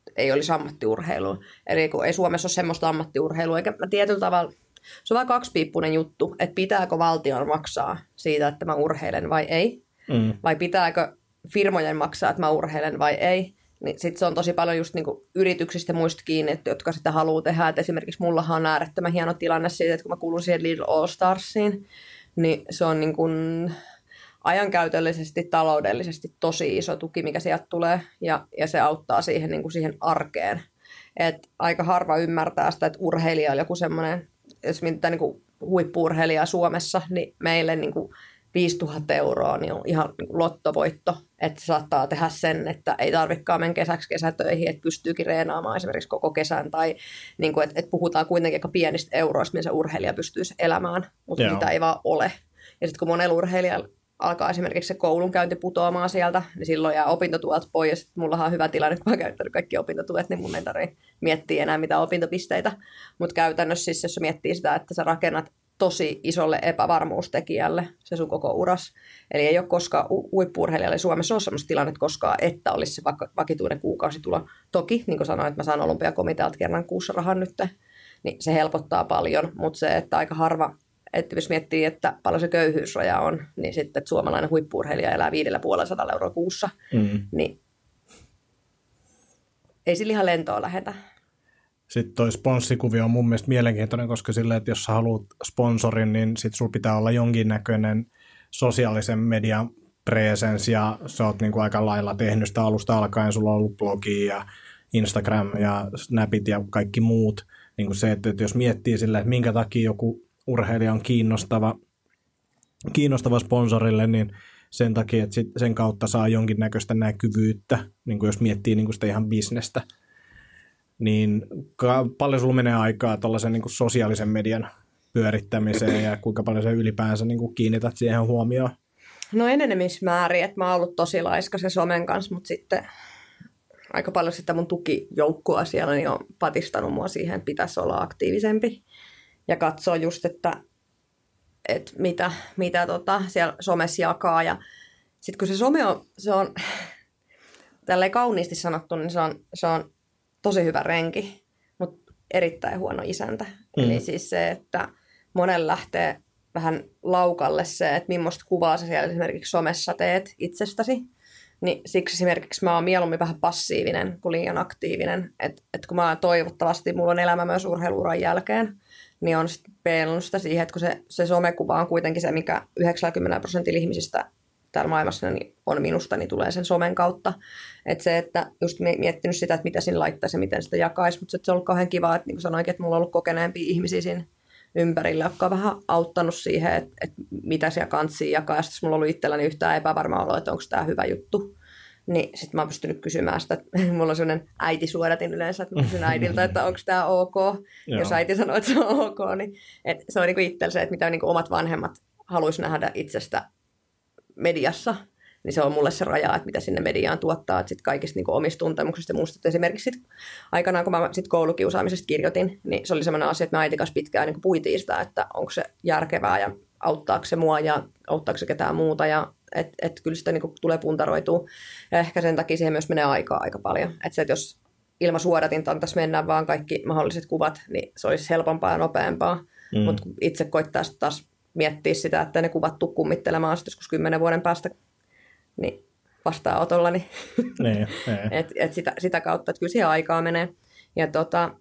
ei olisi ammattiurheilua. Eli kun ei Suomessa ole semmoista ammattiurheilua, eikä mä tietyllä tavalla, se on vaan kaksipiippunen juttu, että pitääkö valtion maksaa siitä, että mä urheilen vai ei. Mm. Vai pitääkö firmojen maksaa, että mä urheilen vai ei. Niin sitten se on tosi paljon just niinku yrityksistä muista kiinni, että jotka sitä haluaa tehdä. Et esimerkiksi mullahan on äärettömän hieno tilanne siitä, että kun mä kuulun siihen Lidl All Starsiin, niin se on niinku ajankäytöllisesti, taloudellisesti tosi iso tuki, mikä sieltä tulee, ja, ja se auttaa siihen, niinku siihen arkeen. Et aika harva ymmärtää sitä, että urheilija on joku semmoinen, jos mietitään niinku huippu-urheilijaa Suomessa, niin meille niinku viisituhatta euroa niin on ihan lottovoitto, että saattaa tehdä sen, että ei tarvitsekaan mennä kesäksi kesätöihin, että pystyykin reenaamaan esimerkiksi koko kesän, tai niin kuin, että, että puhutaan kuitenkin aika pienistä euroista, missä urheilija pystyisi elämään, mutta Joo. niitä ei vaan ole. Ja sitten kun monella urheilijalla alkaa esimerkiksi se koulunkäynti putoamaan sieltä, niin silloin jää opintotuelta pois, ja sitten mullahan on hyvä tilanne, kun mä oon käyttänyt kaikki opintotuet, niin mun ei tarvitse miettiä enää mitään opintopisteitä, mutta käytännössä siis, jos miettii sitä, että sä rakennat tosi isolle epävarmuustekijälle se sun koko uras. Eli ei ole koskaan huippu-urheilijalle Suomessa ole sellaista tilannetta koskaan, että olisi se vakituinen kuukausitulo. Toki, niin kuin sanoin, että mä saan olympiakomitealta kerran kuussa rahan nyt, niin se helpottaa paljon, mutta se, että aika harva, että jos miettii, että paljon se köyhyysraja on, niin sitten, että suomalainen huippu-urheilija elää viidellä puolella sadalla euroa kuussa, mm. niin ei sillä ihan lentoa lähetä. Sitten toi sponssikuvio on mun mielestä mielenkiintoinen, koska sille, että jos sä haluat sponsorin, niin sit sulla pitää olla jonkinnäköinen sosiaalisen median presence, ja sä oot niinku aika lailla tehnyt sitä alusta alkaen, sulla on ollut blogi ja Instagram ja Snapit ja kaikki muut. Niinku se, että jos miettii sille, että minkä takia joku urheilija on kiinnostava, kiinnostava sponsorille, niin sen takia, että sit sen kautta saa jonkinnäköistä näkyvyyttä, niinku jos miettii niinku sitä ihan bisnestä. Niin paljon sulla menee aikaa tuollaisen niin kuin sosiaalisen median pyörittämiseen ja kuinka paljon sä ylipäänsä niin kuin kiinnität siihen huomioon? No enenemismäärin, että mä oon ollut tosi laiska se somen kanssa, mutta sitten aika paljon sitä mun tukijoukkoa siellä niin on patistanut mua siihen, että pitäisi olla aktiivisempi ja katsoa just, että, että mitä, mitä tota siellä somessa jakaa. Ja sitten kun se some on, se on tälleen kauniisti sanottu, niin se on, se on tosi hyvä renki, mutta erittäin huono isäntä. Mm. Eli siis se, että monen lähtee vähän laukalle se, että millaista kuvaa sä siellä esimerkiksi somessa teet itsestäsi. Niin siksi esimerkiksi mä oon mieluummin vähän passiivinen kuin liian aktiivinen. Että et kun mä toivottavasti, mulla on elämä myös urheiluuran jälkeen, niin on sitten peilannut sitä siihen, että kun se, se somekuva on kuitenkin se, mikä yhdeksänkymmentä prosenttia ihmisistä täällä maailmassa niin on minusta, niin tulee sen somen kautta. Että se, että just miettinyt sitä, että mitä siinä laittaisi ja miten sitä jakaisi, mutta se on ollut kauhean kiva, että niin kuin sanoinkin, että mulla on ollut kokeneempia ihmisiä siinä ympärillä, jotka on vähän auttanut siihen, että, että mitä siellä kantsiin jakaa. Ja sitten mulla on ollut itselläni yhtään epävarmaa oloa, että onko tämä hyvä juttu. Niin sitten mä oon pystynyt kysymään sitä, että mulla on sellainen äitisuodatin yleensä, että mä kysyn äidiltä, että onko tämä ok. Joo. Jos äiti sanoo, että se on ok, niin että se on niin kuin itsellä se, että mitä niin kuin omat vanhemmat haluaisi nähdä itsestä mediassa, niin se on mulle se raja, että mitä sinne mediaan tuottaa, että sit kaikista niin kuin omista tuntemuksista ja muusta. Esimerkiksi sit, aikanaan, kun mä sit koulukiusaamisesta kirjoitin, niin se oli sellainen asia, että me äiti kanssa pitkään niin kuin puitiin sitä, että onko se järkevää ja auttaako se mua ja auttaako se ketään muuta. Ja että et kyllä sitä niin kuin tulee puntaroitua. Ja ehkä sen takia siihen myös menee aikaa aika paljon. Että se, että jos ilmasuodatinta antaisi mennä vaan kaikki mahdolliset kuvat, niin se olisi helpompaa ja nopeampaa. Mm. Mutta itse koittaa taas miettiä sitä, että ne kuvat tuu kummittelemaan sitten joskus kymmenen vuoden päästä niin vastaanotolla, niin niin, et, et sitä, sitä kautta, että kyllä siihen aikaa menee. Ja tota,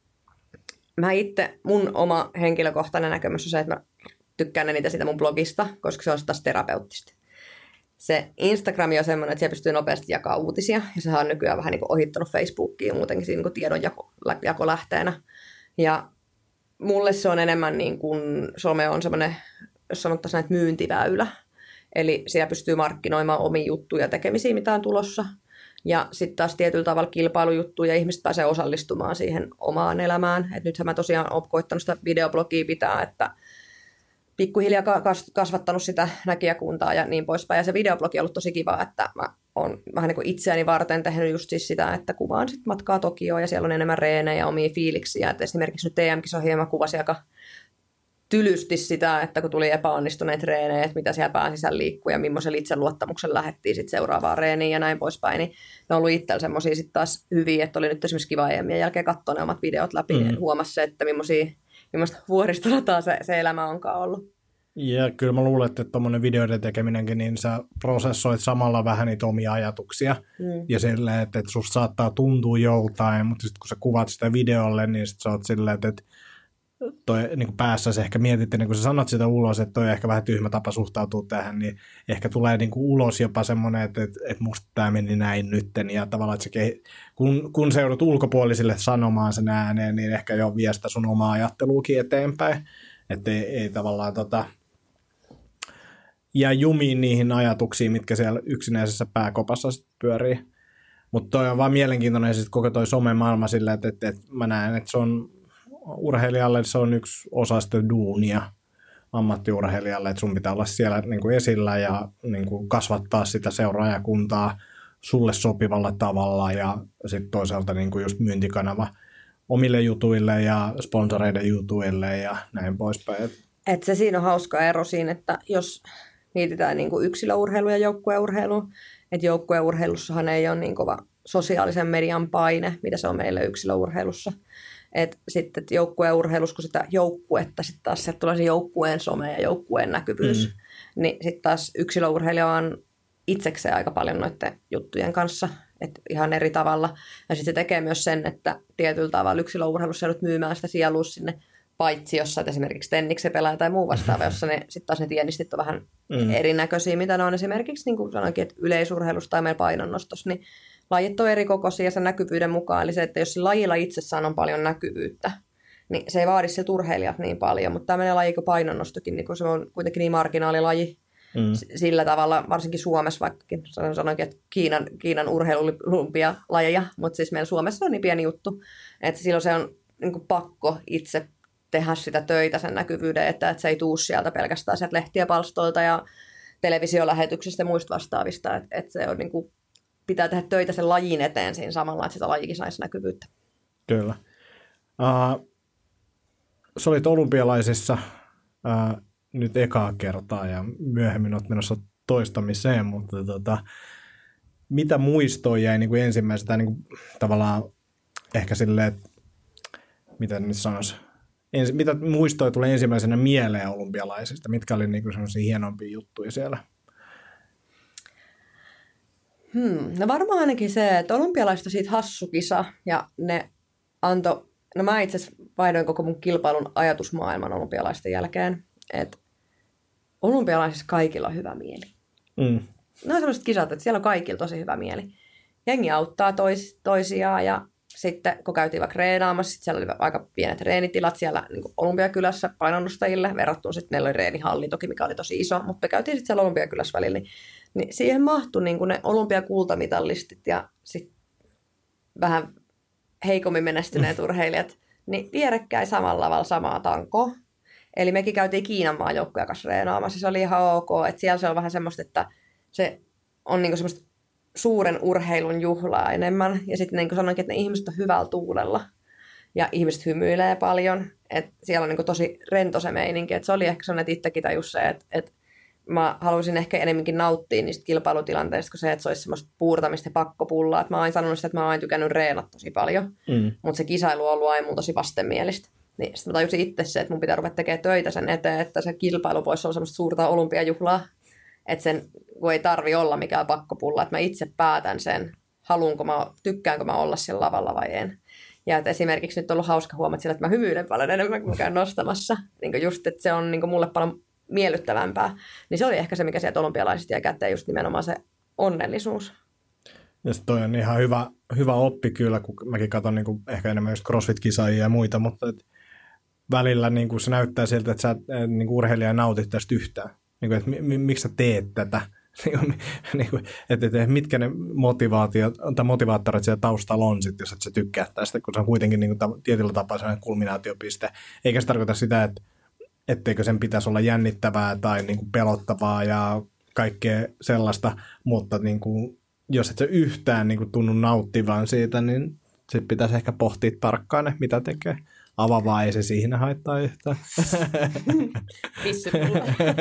mä itse, mun oma henkilökohtainen näkemys on se, että mä tykkään eniten sitä mun blogista, koska se on taas terapeuttista. Se Instagram on semmoinen, että siellä pystyy nopeasti jakaa uutisia, ja sehän on nykyään vähän niin kuin ohittanut Facebookia muutenkin siinä niin kuin tiedonjakolähteenä. Ja mulle se on enemmän niin kuin, some on semmoinen, jos sanottaisiin näitä myyntiväylä. Eli siellä pystyy markkinoimaan omia juttuja tekemisiä, mitä on tulossa. Ja sitten taas tietyllä tavalla kilpailujuttuja, ja ihmiset pääsee osallistumaan siihen omaan elämään. Et nythän mä tosiaan olen koittanut sitä videoblogia pitää, että pikkuhiljaa kasvattanut sitä näkijäkuntaa ja niin poispäin. Ja se videoblogi on ollut tosi kiva, että mä oon vähän niin kuin itseäni varten tehnyt just siis sitä, että kuvaan sitten matkaa Tokioon ja siellä on enemmän reenejä ja omia fiiliksiä. Et esimerkiksi nyt T M-kisoihin mä kuvasin aika tylysti sitä, että kun tuli epäonnistuneet treenejä, että mitä siellä pään sisällä liikkuu ja millaisella itseluottamuksen lähdettiin sitten seuraavaan reeniin ja näin poispäin, niin ne on ollut itsellä semmoisia sitten taas hyviä, että oli nyt esimerkiksi kiva E M:ien jälkeen katsoa ne omat videot läpi, mm. niin huomasi se, että millaisia, millaista vuoristorataa se, se elämä onkaan ollut. Ja kyllä mä luulen, että tuommoinen videoiden tekeminenkin, niin sä prosessoit samalla vähän niitä omia ajatuksia. Mm. Ja silleen, että, että susta saattaa tuntua joltain, mutta sitten kun sä kuvat sitä videolle, niin sit sä oot silleen, että, että toi, niin kuin päässäsi ehkä mietit, niin kun sä sanot sitä ulos, että toi on ehkä vähän tyhmä tapa suhtautua tähän, niin ehkä tulee niin kuin ulos jopa semmoinen, että, että, että musta tämä meni näin nytten. Ja tavallaan, että se, kun, kun sä joudut ulkopuolisille sanomaan sen ääneen, niin ehkä jo vie sitä sun omaa ajatteluukin eteenpäin. Että ei, ei tavallaan tota, jää jumiin niihin ajatuksiin, mitkä siellä yksinäisessä pääkopassa pyörii. Mutta toi on vaan mielenkiintoinen siis koko toi somemaailma sillä, että, että, että mä näen, että se on urheilijalle se on yksi osa sitä duunia ammattiurheilijalle, että sun pitää olla siellä niin kuin esillä ja niin kuin kasvattaa sitä seuraajakuntaa sulle sopivalla tavalla ja sitten toisaalta niin kuin just myyntikanava omille jutuille ja sponsoreiden jutuille ja näin poispäin. Et se siinä on hauska ero siinä, että jos mietitään niin kuin yksilöurheilu ja joukkueurheilu, että joukkueurheilussahan ei ole niin kova sosiaalisen median paine, mitä se on meille yksilöurheilussa. Et sitten et joukkueurheilussa, kun sitä joukkuetta, sitten taas sieltä tulee se joukkueen some ja joukkueen näkyvyys, mm. niin sitten taas yksilöurheilija on itsekseen aika paljon noiden juttujen kanssa, että ihan eri tavalla. Ja sitten se tekee myös sen, että tietyllä tavalla yksilöurheilussa joudut myymään sitä sielua sinne paitsi jossa esimerkiksi tenniksen pelaaja tai muu vastaava, jossa ne sitten taas ne tienistit on vähän mm. erinäköisiä, mitä ne on esimerkiksi, niin kuin sanoinkin, että yleisurheilussa tai meillä painonnostossa, niin lajit on eri kokoisia ja sen näkyvyyden mukaan. Eli se, että jos lajilla itsessään on paljon näkyvyyttä, niin se ei vaadi siltä urheilijat niin paljon. Mutta tämmöinen laji kuin painonnostokin, niin kun se on kuitenkin niin marginaalilaji mm. sillä tavalla, varsinkin Suomessa, vaikkakin sanoinkin, että Kiinan, Kiinan urheilulumpia lajeja, mutta siis meillä Suomessa on niin pieni juttu, että silloin se on niin kuin pakko itse tehdä sitä töitä sen näkyvyyden, että, että se ei tuu sieltä pelkästään sieltä lehtien-palstoilta ja televisiolähetyksistä ja muista vastaavista, että, että se on niin kuin pitää tehdä töitä sen lajin eteen siinä samalla, että sitä lajikin saisi näkyvyyttä. Kyllä. Uh, sä olit olympialaisissa uh, nyt ekaa kertaa ja myöhemmin olet menossa toistamiseen, mutta tota, mitä muistoja jäi niin kuin ensimmäisenä, niin kuin, tavallaan ehkä silleen, että mitä nyt sanoisi, Ens, mitä muistoja tulee ensimmäisenä mieleen olympialaisista? Mitkä oli niin kuin sellaisia hienompia juttuja siellä? Hmm, no varmaan ainakin se, että olympialaiset on siitä hassu kisa ja ne antoi, no mä itse asiassa vaihdoin koko mun kilpailun ajatusmaailman olympialaisten jälkeen, että olympialaisissa kaikilla on hyvä mieli. Mm. Ne on sellaiset kisat, että siellä on kaikilla tosi hyvä mieli. Jengi auttaa tois, toisiaan ja sitten kun käytiin vaikka treenaamassa, sitten siellä oli aika pienet reenitilat siellä niin Olympiakylässä painonnostajille, verrattuna sitten meillä oli reenihalli toki, mikä oli tosi iso, mutta me käytiin sitten siellä Olympiakylässä välillä, niin, niin siihen mahtui niin ne olympiakultamitallistit ja sitten vähän heikommin menestyneet urheilijat, niin vierekkäin samalla lavalla samaa tankoa. Eli mekin käytiin Kiinan maajoukkoja kanssa treenaamassa, se oli ihan ok, että siellä se on vähän semmoista, että se on niin semmoista suuren urheilun juhlaa enemmän. Ja sitten niin kuin sanoinkin, että ne ihmiset on hyvällä tuulella. Ja ihmiset hymyilee paljon. Että siellä on niin kuin tosi rento se meininki. Että se oli ehkä sellainen, että itsekin tajus se, että, että mä haluaisin ehkä enemmänkin nauttia niistä kilpailutilanteista, kuin se, että se olisi semmoista puurtamista ja pakkopullaa. Että mä oon aina sanonut sitä, että mä oon aina tykännyt reenata tosi paljon. Mm. Mutta se kisailu on ollut aina mun tosi vastenmielistä. Niin sitten mä tajusin itse se, että mun pitää ruveta tekemään töitä sen eteen, että se kilpailu voisi olla semmoista suurta olympiajuhlaa. Että sen kun ei tarvi olla mikään pakkopulla, että mä itse päätän sen, haluanko mä, tykkäänkö mä olla siellä lavalla vai en. Ja että esimerkiksi nyt on ollut hauska huomata sillä, että mä hymyilen paljon enemmän kuin mä käyn nostamassa. Niin just, että se on niin mulle paljon miellyttävämpää. Niin se oli ehkä se, mikä sieltä olympialaisista jäi käteen, just nimenomaan se onnellisuus. Ja toi on ihan hyvä, hyvä oppi kyllä, kun mäkin katson niin kuin ehkä enemmän just crossfit-kisaajia ja muita, mutta et välillä niin kuin se näyttää siltä, että sä niin kuin urheilija nautit tästä yhtään. Niin kuin, että m- miksi sä teet tätä? niin kuin, että, että mitkä ne motivaatiot, tai motivaattorit siellä taustalla on sitten, jos et sä tykkää tästä, kun se on kuitenkin niin kuin ta- tietyllä tapaa sellainen kulminaatiopiste. Eikä se tarkoita sitä, että etteikö sen pitäisi olla jännittävää tai niin kuin pelottavaa ja kaikkea sellaista, mutta niin kuin, jos et sä yhtään niin kuin tunnu nauttivan siitä, niin sitten pitäisi ehkä pohtia tarkkaan, mitä tekee. avavaa, ei se siinä haittaa yhtään. Pissypulla.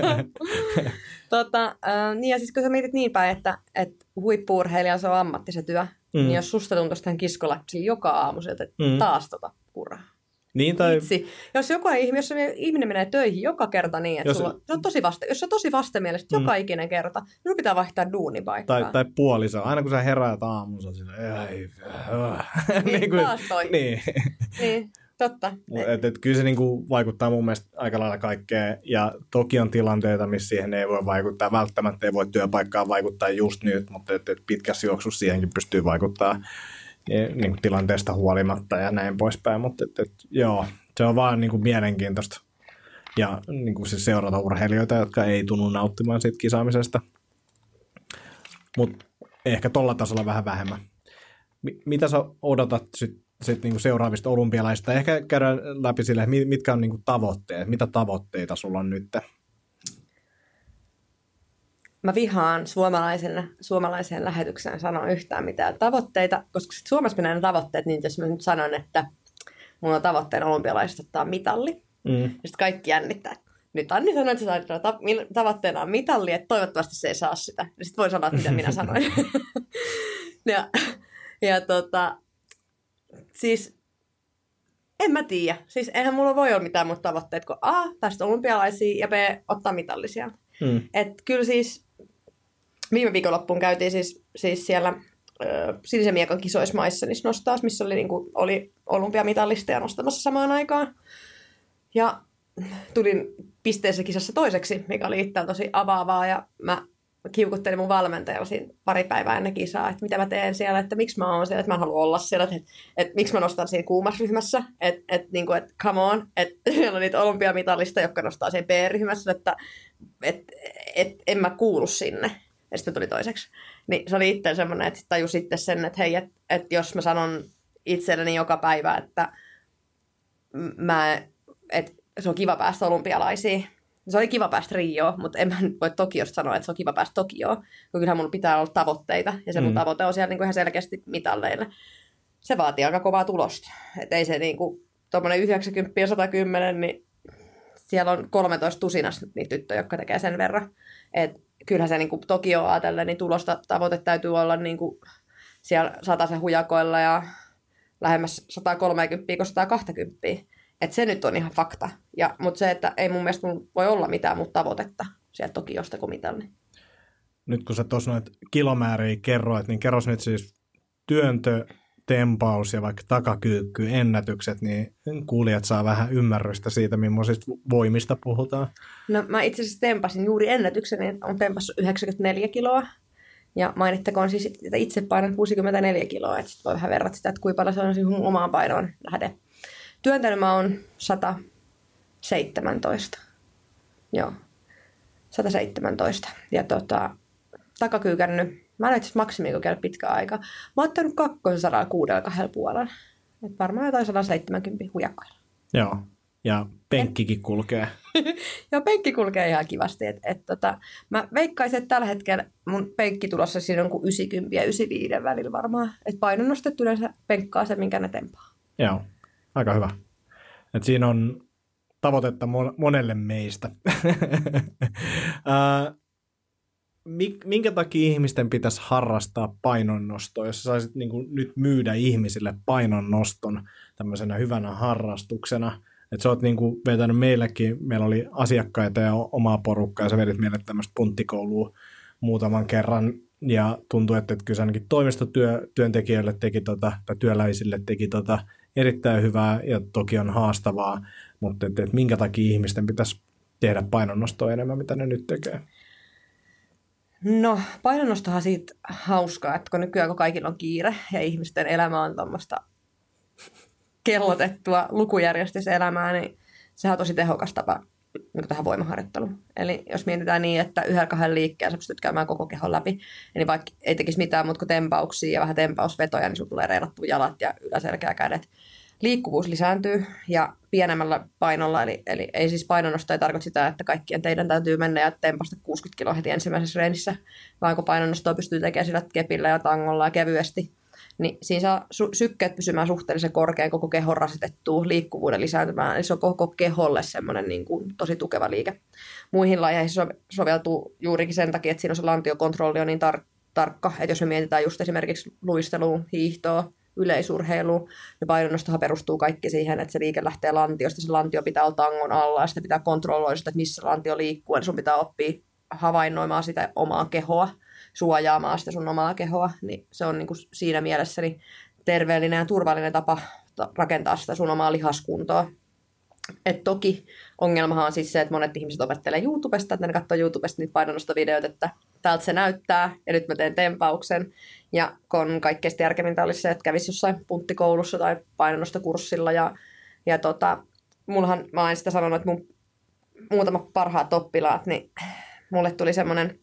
tota, äh, niin ja siis kun sä mietit niin päin, että, että huippu-urheilija se on ammatti se työ, mm. niin jos susta tuntuisi tämän kiskoläpsillä joka aamu sieltä, että mm. taas tota kuraa. Niin tai... Itsi. Jos joku jos ihminen menee töihin joka kerta niin, että jos, sulla, se on tosi vaste, jos se on tosi vastenmielistä mm. joka ikinen kerta, niin sun pitää vaihtaa duunipaikkaa. Tai, tai puoliso. Aina kun sä heräät aamuun, sä oot sillä, ei, niin, niin kuin, taas toi. Niin. niin, totta. Et, et, kyllä se niinku vaikuttaa mun mielestä aika lailla kaikkeen. Ja toki on tilanteita, missä siihen ei voi vaikuttaa. Välttämättä ei voi työpaikkaan vaikuttaa just nyt, mutta et, et pitkässä juoksussa siihenkin pystyy vaikuttaa niin kuin tilanteesta huolimatta ja näin poispäin, mutta et, et, joo, se on vaan niin kuin mielenkiintoista ja niin kuin siis seurata urheilijoita, jotka ei tunnu nauttimaan siitä kisaamisesta, mutta ehkä tolla tasolla vähän vähemmän. M- mitä sä odotat sit, sit niin kuin seuraavista olympialaisista? Ehkä käydään läpi sille, mitkä on niin kuin tavoitteet, mitä tavoitteita sulla on nyt? Mä vihaan suomalaisen, suomalaiseen lähetykseen sanoa yhtään mitään tavoitteita, koska sit Suomessa menee ne tavoitteet, niin jos mä nyt sanon, että mulla on tavoitteena olympialaisista ottaa mitalli, mm. ja sitten kaikki jännittää, että nyt Anni sanoi, että se ta- tavoitteena on mitalli, että toivottavasti se ei saa sitä. Ja sitten voi sanoa, että mitä minä sanoin. ja ja tota, siis en mä tiedä. Siis eihän mulla voi olla mitään muuta tavoitteet kuin A, päästä olympialaisiin ja B, ottaa mitallisia. Mm. Että kyllä siis viime viikonloppuun käytiin siis, siis siellä ö, sinisen miekan kisoissa maissa niissä nostaus, missä oli, niin kuin, oli olympiamitalisteja nostamassa samaan aikaan. Ja tulin pisteessä kisassa toiseksi, mikä oli itseään tosi avaavaa. Ja mä kiukuttelin mun valmentajalla siinä pari päivää ennen kisaa, että mitä mä teen siellä, että miksi mä oon siellä, että mä en halua olla siellä, että, että, että miksi mä nostan siinä kuumassa ryhmässä, että, että, niin kuin, että come on, että siellä on niitä olympiamitalista, jotka nostaa siinä B-ryhmässä, että, että, että en mä kuulu sinne. Ja sitten tuli toiseksi. Niin se oli itse semmoinen, että tajus sitten sen, että hei, että, että jos mä sanon itselleni joka päivä, että mä, että se on kiva päästä olympialaisiin. Se oli kiva päästä Rioon, mutta en mä voi Tokiosta sanoa, että se on kiva päästä Tokioon. Kyllähän mun pitää olla tavoitteita, ja se mun mm. tavoite on siellä niin kuin ihan selkeästi mitalleille. Se vaatii aika kovaa tulosta. Että ei se niin kuin tuommoinen yhdeksänkymmentä ja sata kymmenen, niin siellä on kolmetoista tusinasta niitä tyttöjä, jotka tekee sen verran. Että kyllähän se niin kuin Tokioon ajatellen, niin tulosta tavoite täytyy olla niin kuin siellä sataisen hujakoilla ja lähemmäs sata kolmekymmentä kuin sata kaksikymmentä. Että se nyt on ihan fakta. Ja, mutta se, että ei mun mielestä mun voi olla mitään muuta tavoitetta sieltä Tokiosta kuin mitalli. Nyt kun sä tuossa noita kilomääriä kerroit, niin kerros nyt siis työntö, tempaus ja vaikka takakyykky, ennätykset, niin kuulijat saa vähän ymmärrystä siitä, millaisista voimista puhutaan. No mä itse asiassa tempasin juuri ennätyksen, niin on tempassut yhdeksänkymmentäneljä kiloa. Ja mainittakoon siis, että itse painan kuusikymmentäneljä kiloa, että sit voi vähän verrata sitä, että kuinka paljon se on siis omaan painoon nähden. Työntänyt mä oon sata seitsemäntoista. Joo, sata seitsemäntoista. Ja tota, takakyykännyt. Mä en ole itse maksimiin käydä pitkä aika. Mä oon ottanut kakkosasadallakuudella kahdella puolella. Et varmaan jotain sata seitsemänkymmentä hujakoilla. Joo, ja penkkikin kulkee. Joo, penkki kulkee ihan kivasti. Et, et, tota, mä veikkaisin, että tällä hetkellä mun penkki tulossa siinä on kuin yhdeksänkymmentä ja yhdeksänkymmentäviisi välillä varmaan. Et painon nostettu yleensä penkkaa se, minkä ne tempaa. Joo, aika hyvä. Et siinä on tavoitetta monelle meistä. Minkä takia ihmisten pitäisi harrastaa painonnostoa, jos sä saisit niin kuin nyt myydä ihmisille painonnoston tämmöisenä hyvänä harrastuksena? Että sä oot niin kuin vetänyt meillekin, meillä oli asiakkaita ja omaa porukkaa, ja sä vedit meille tämmöistä punttikoulua muutaman kerran, ja tuntui, että kyllä ainakin toimistotyöntekijöille teki tota, tai työläisille teki tota erittäin hyvää, ja toki on haastavaa, mutta että, että minkä takia ihmisten pitäisi tehdä painonnostoa enemmän, mitä ne nyt tekee? No, painonnostohan siitä hauskaa, että kun nykyään kun kaikilla on kiire ja ihmisten elämä on tuommoista kellotettua lukujärjestyselämää, niin sehän on tosi tehokas tapa niin tähän voimaharjoitteluun. Eli jos mietitään niin, että yhdellä kahden liikkeen sä pystyt käymään koko kehon läpi, eli vaikka ei tekisi mitään muuta kuin tempauksia ja vähän tempausvetoja, niin sulla tulee reilattua jalat ja yläselkä ja kädet. Liikkuvuus lisääntyy ja pienemmällä painolla, eli, eli ei siis painonnosto ei tarkoita sitä, että kaikkien teidän täytyy mennä ja tempasta kuusikymmentä kiloa heti ensimmäisessä reenissä, vaan kun painonnostoa pystyy tekemään sillä kepillä ja tangolla ja kevyesti, niin siinä saa su- sykkeet pysymään suhteellisen korkean, koko kehon rasitettua, liikkuvuuden lisääntymään. Eli se on koko keholle semmoinen niin kuin tosi tukeva liike. Muihin lajeihin se soveltuu juurikin sen takia, että siinä on se lantiokontrolli on niin tar- tarkka, että jos me mietitään just esimerkiksi luistelua, hiihtoa, yleisurheiluun, niin painonnostohan perustuu kaikki siihen, että se liike lähtee lantiosta, se lantio pitää olla tangon alla ja sitä pitää kontrolloida sitä, että missä lantio liikkuu, eli sun pitää oppia havainnoimaan sitä omaa kehoa, suojaamaan sitä sun omaa kehoa, niin se on niin kuin siinä mielessä niin terveellinen ja turvallinen tapa rakentaa sitä sun omaa lihaskuntoa. Et toki ongelmahan on siis se, että monet ihmiset opettelee YouTubesta, että ne katsoo YouTubesta niitä painonnostovideoita, että täältä se näyttää ja nyt mä teen tempauksen. Ja kun kaikkein järkevintä olisi se, että kävisi jossain punttikoulussa tai painonnostokurssilla. Ja, ja tota, mullahan, mä olen sitä sanonut, että mun muutamat parhaat oppilaat, niin mulle tuli semmoinen,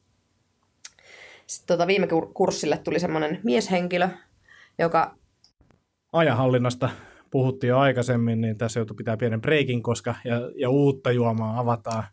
tota, viime kurssille tuli semmoinen mieshenkilö, joka... Ajanhallinnasta puhuttiin jo aikaisemmin, niin tässä joutui pitää pienen breikin, koska ja, ja uutta juomaa avataan.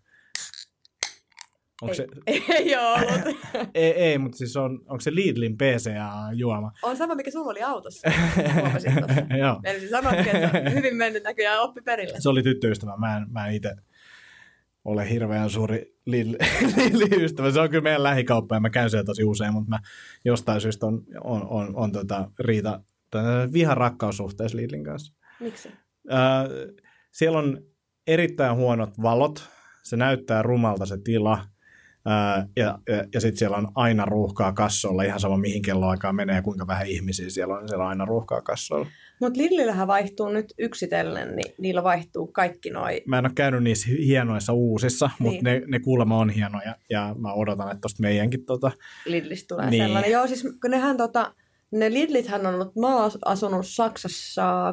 Onko ei, se... ei ole ollut. ei, ei, mutta siis on, onko se Lidlin P C A-juoma? On sama, mikä sulla oli autossa. Huomasin tuossa. Joo. Eli siis sanoitkin, että hyvin mennyt näköjään oppi perille. Se oli tyttöystävä. Mä en, mä en itse ole hirveän suuri Lidl-ystävä. Se on kyllä meidän lähikauppa ja mä käyn siellä tosi usein, mutta mä jostain syystä on, on, on, on tota riita viha-rakkaussuhteessa Lidlin kanssa. Miksi? Äh, siellä on erittäin huonot valot. Se näyttää rumalta se tila. Äh, ja ja, ja sitten siellä on aina ruuhkaa kassoilla. Ihan sama mihin kelloaikaan menee ja kuinka vähän ihmisiä siellä on. Siellä on aina ruuhkaa kassoilla. Mutta Lidlillähän vaihtuu nyt yksitellen, niin niillä vaihtuu kaikki noi. Mä en ole käynyt niissä hienoissa uusissa, niin. mutta ne, ne kuulemma on hienoja. Ja mä odotan, että tosta meidänkin... Tota... Lidlistä tulee niin. sellainen. Joo, siis nehän tota... Ne Lidlithän on ollut, mä oon asunut Saksassa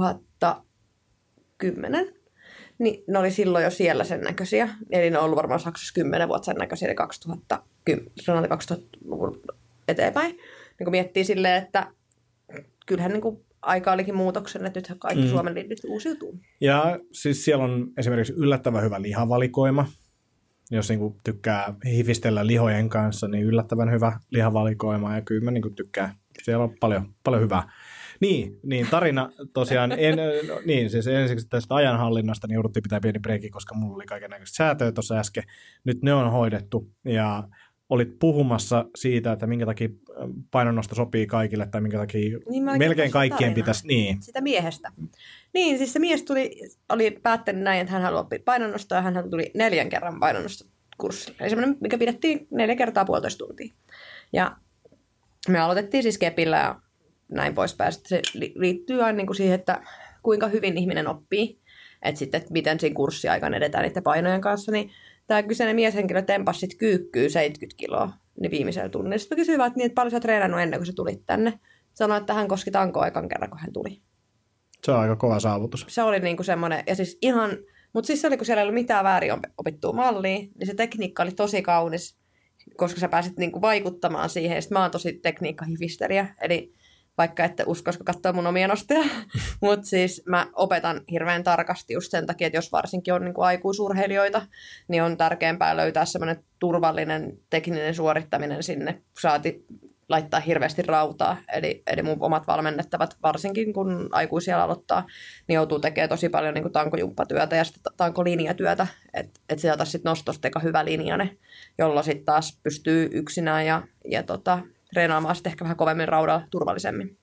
kaksituhattakymmenen, niin ne oli silloin jo siellä sen näköisiä. Eli ne on ollut varmaan Saksassa kymmenen vuotta sen näköisiä, eli kaksituhattakymmenen, kaksituhattaluvun eteenpäin. Niin kun miettii silleen, että kyllähän niin kuin aika olikin muutoksen, että nythän kaikki mm. Suomen Lidlit uusiutuu. Ja siis siellä on esimerkiksi yllättävän hyvä lihavalikoima. Jos niin kuin tykkää hifistellä lihojen kanssa, niin yllättävän hyvä lihavalikoima. Ja kyllä mä niin kuin tykkään. Siellä on paljon, paljon hyvää. Niin, niin tarina tosiaan, en, no, niin siis ensiksi tästä ajanhallinnasta niin jouduttiin pitää pieni breikki, koska mulla oli kaikennäköistä säätöä tuossa äsken. Nyt ne on hoidettu ja olit puhumassa siitä, että minkä takia painonnosto sopii kaikille tai minkä takia niin melkein kaikkien tarinaa. Pitäisi. Niin. Sitä miehestä. Niin, siis se mies tuli, oli päättänyt näin, että hän haluaa oppia painonnostoa ja hän tuli neljän kerran painonnostokurssille. Eli semmoinen, mikä pidettiin neljä kertaa puolitoista tuntia. Ja me aloitettiin siis kepillä ja näin poispäin. Sitten se liittyy aina niin kuin siihen, että kuinka hyvin ihminen oppii. Että sitten, että miten siinä kurssiaikaan edetään niiden painojen kanssa. Niin tämä kyseinen mieshenkilö tempasi sitten kyykkyy seitsemänkymmentä kiloa niin viimeisellä tunnilla. Sitten kysyi vaan, että, niin, että paljon sä oot treenannut ennen kuin sä tulit tänne. Sanoi, että hän koski tankoa ekan kerran, kun hän tuli. Se on aika kova saavutus. Se oli niin kuin semmoinen, ja siis ihan, mutta siis se oli, kun siellä ei ollut mitään väärin opittua mallia, niin se tekniikka oli tosi kaunis, koska sä pääsit niin kuin vaikuttamaan siihen. Ja sitten mä oon tosi tekniikkahifisteriä, eli vaikka ette uskoisiko katsoa mun omia nosteja, mutta siis mä opetan hirveän tarkasti just sen takia, että jos varsinkin on niin kuin aikuisurheilijoita, niin on tärkeämpää löytää semmoinen turvallinen tekninen suorittaminen sinne, saati laittaa hirveästi rautaa. Eli, eli mun omat valmennettavat, varsinkin kun aikuisia aloittaa, niin joutuu tekemään tosi paljon niin kuin tankojumppatyötä ja sitten tankolinjatyötä, että et sieltä taas sitten nostosta eka hyvä linjane, jolla sitten taas pystyy yksinään ja, ja tota, treenaamaan sitten ehkä vähän kovemmin raudalla turvallisemmin.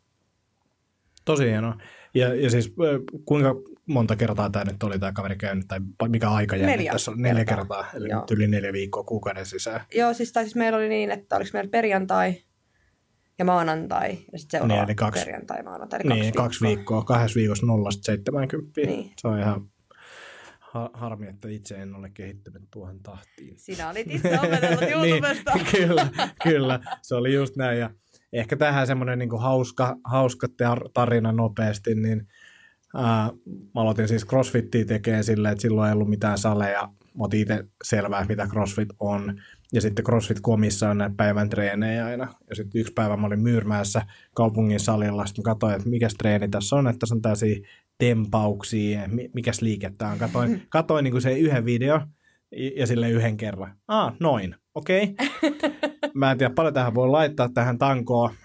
Tosi hienoa. Ja, ja siis kuinka monta kertaa tämä nyt oli tämä kaveri käynyt, tai mikä aika jäi? Neljä. Tässä on neljä kertaa, kertaa eli Joo. yli neljä viikkoa kuukauden sisään. Joo, siis, tai siis meillä oli niin, että oliko meillä perjantai ja maanantai, ja sitten seuraava niin, kaksi, perjantai, maanantai, eli kaksi niin, viikkoa. kaksi viikkoa, kahdessa viikossa nollasta seitsemäänkymmentä. Niin. Se on ihan ha- harmi, että itse en ole kehittynyt tuohon tahtiin. Sinä olit itse opetellut YouTubesta. niin, kyllä, kyllä, se oli just näin, ja ehkä tähän semmoinen niin kuin hauska, hauska tarina nopeasti, niin ää, mä aloitin siis CrossFittiä tekemään silleen, että silloin ei ollut mitään saleja. Mä otin itse selvää, mitä CrossFit on. Ja sitten CrossFit-komissa on näitä päivän treenejä aina. Ja sitten yksi päivä mä olin Myyrmäessä kaupungin salilla. Sitten mä katsoin, että mikäs treeni tässä on. Että tässä on tällaisia tempauksia. Mikäs liike tää on. Katoin, katoin niin kuin se yhden video ja sille yhden kerran. Ah, noin. Okei. Okay. Mä en tiedä, paljon tähän voi laittaa tähän tankoon.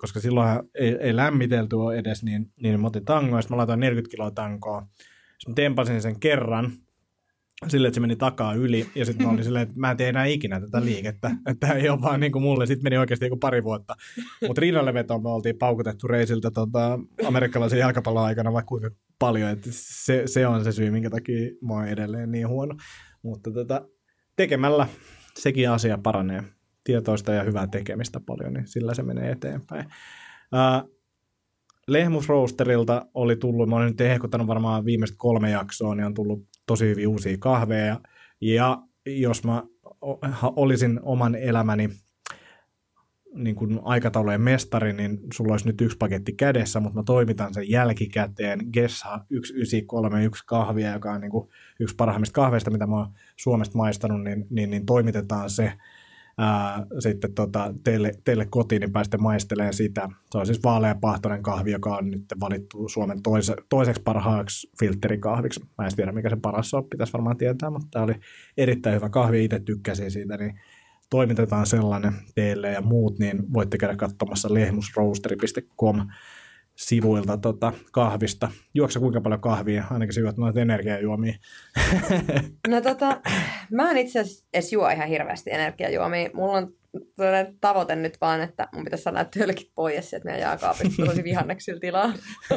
koska silloin ei, ei lämmitelty ole edes, niin, niin mä otin tangoa, ja sitten mä laitoin neljäkymmentä kiloa tankoa. Sitten mä tempasin sen kerran, silleen, että se meni takaa yli, ja sitten mä olin silleen, että mä en tee enää ikinä tätä liikettä, että tämä ei ole vaan niin kuin mulle. Sitten meni oikeasti niin kuin pari vuotta. Mutta rinnalle vetoon me oltiin paukutettu reisiltä tota, amerikkalaisen jalkapallon aikana vaikka kuinka paljon, että se, se on se syy, minkä takia mä oon edelleen niin huono. Mutta tota, tekemällä sekin asia paranee. Tietoista ja hyvää tekemistä paljon, niin sillä se menee eteenpäin. Ää, Lehmusroosterilta oli tullut, mä olen nyt ehkottanut varmaan viimeiset kolme jaksoa, niin on tullut tosi hyviä uusia kahveja. Ja jos mä olisin oman elämäni niin kuin aikataulujen mestari, niin sulla olisi nyt yksi paketti kädessä, mutta mä toimitan sen jälkikäteen. Gessa yksi yhdeksän kolme yksi kahvia, joka on niin kuin yksi parhaimmista kahveista, mitä mä oon Suomesta maistanut, niin, niin, niin toimitetaan se ää, sitten tota, teille, teille kotiin, niin pääsette maistelemaan sitä. Se on siis vaaleapahtoinen kahvi, joka on nyt valittu Suomen toise, toiseksi parhaaksi filtterikahviksi. Mä en tiedä, mikä se paras on, pitäisi varmaan tietää, mutta tämä oli erittäin hyvä kahvi, itse tykkäsin siitä, niin toimitetaan sellainen teille ja muut, niin voitte käydä katsomassa lehmusroasteri piste com sivuilta tota kahvista. Juoksa kuinka paljon kahvia? Ainakin sä juot noita energiajuomia. No tota, mä en itse asiassa edes juo ihan hirveästi energiajuomia. Mulla on tavoite nyt vaan, että mun pitäisi saada tölkit pois, että meidän jääkaapista tosi vihanneksilta tilaa.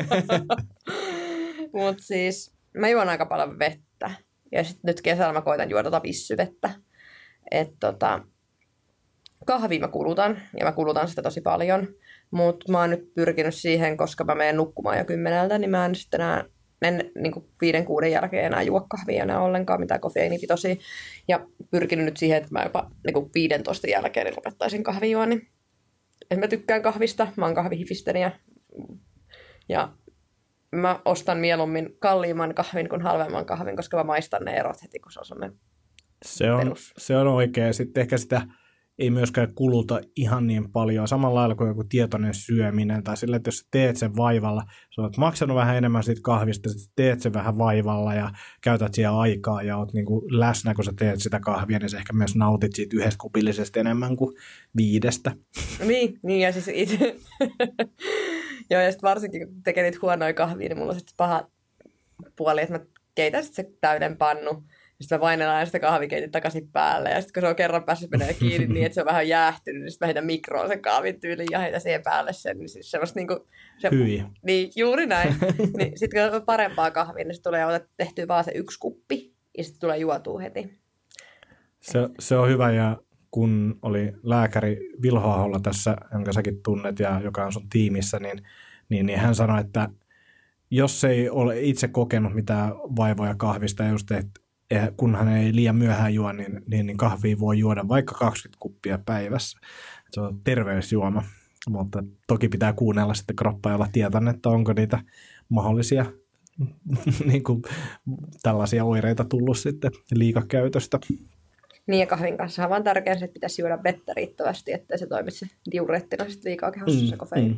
Mut siis mä juon aika paljon vettä. Ja sit nyt kesällä mä koitan juoda tota vissyvettä. Että tota, kahvia mä kulutan, ja mä kulutan sitä tosi paljon. Mutta mä oon nyt pyrkinyt siihen, koska mä menen nukkumaan jo kymmeneltä, niin mä en sitten enää en, niin kuin viiden kuuden jälkeen enää juo kahvia enää ollenkaan, mitään kofeiinipitoisia. Ja pyrkinyt nyt siihen, että mä jopa niin kuin viidentoista jälkeen niin lopettaisin kahvijuoni. Et mä tykkään kahvista, mä oon kahvihifistelijä. Ja mä ostan mieluummin kalliimman kahvin kuin halvemman kahvin, koska mä maistan ne erot heti, kun se on sellainen se on, perus. Se on oikein. Sitten ehkä sitä ei myöskään kuluta ihan niin paljon. Samalla lailla kuin joku tietoinen syöminen tai sillä, että jos teet sen vaivalla, sä oot maksanut vähän enemmän siitä kahvista, sitten teet sen vähän vaivalla ja käytät siihen aikaa ja oot niin kuin läsnä, kun sä teet sitä kahvia, niin sä ehkä myös nautit siitä yhdestä kupillisesta enemmän kuin viidestä. Niin, niin ja siis itse. Joo, ja sitten varsinkin kun tekee niitä huonoja kahvia, niin mulla on sitten paha puoli, että mä keitän sitten se täyden pannu. Sitten mä painellaan sitä kahvikeitin takaisin päälle. Ja sitten kun se on kerran päässyt menee kiinni niin, että se on vähän jäähtynyt, niin sitten mä heitän mikroon sen kahvin tyyliin ja heitän siihen päälle sen. Niin siis semmoista niinku... Se, Hyi. Niin, juuri näin. Niin, sitten kun on parempaa kahvia, niin sitten tulee tehtyä vaan se yksi kuppi. Ja sitten tulee juotua heti. Se, se on hyvä, ja kun oli lääkäri Vilho Aholla tässä, jonka säkin tunnet ja joka on sun tiimissä, niin, niin, niin hän sanoi, että jos ei ole itse kokenut mitään vaivoja kahvista, ja just, että kunhan ei liian myöhään juo, niin, niin, niin kahvia voi juoda vaikka kaksikymmentä kuppia päivässä. Se on terveysjuoma, mutta toki pitää kuunnella sitten kroppaa ja olla tietoinen, että onko niitä mahdollisia niin kuin, tällaisia oireita tullut sitten liikakäytöstä. Niin, ja kahvin kanssa on vaan tärkeää se, että pitäisi juoda vettä riittävästi, ettei se toimisi diureettina sitten liikaa kehossa mm, se kofeiini. Mm.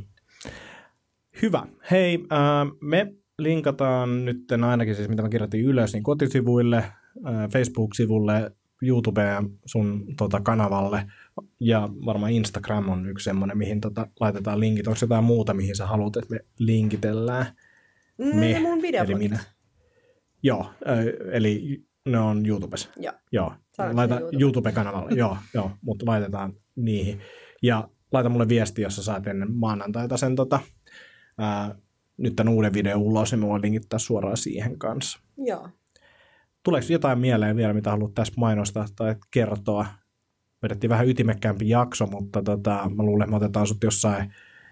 Hyvä. Hei, äh, me linkataan nyt ainakin siis, mitä mä kirjoitin ylös, niin kotisivuille, Facebook-sivulle, YouTubeen sun tota, kanavalle, ja varmaan Instagram on yksi semmoinen, mihin tota, laitetaan linkit. Onko jotain muuta, mihin sä haluat, että me linkitellään? Me, mun videoblogit. Joo, eli ne on YouTubessa. Joo. Joo. Laita YouTube. YouTube-kanavalle, joo, joo, mutta laitetaan niihin. Ja laita mulle viesti, jos sä saat ennen maanantaita sen tota, ää, nyt tämän uuden videon ulos, niin me voin linkittää suoraan siihen kanssa. Joo. Tuleeko jotain mieleen vielä, mitä haluat tässä mainostaa tai kertoa? Vedettiin vähän ytimekkäämpi jakso, mutta tota, mä luulen, että me otetaan sut jossain,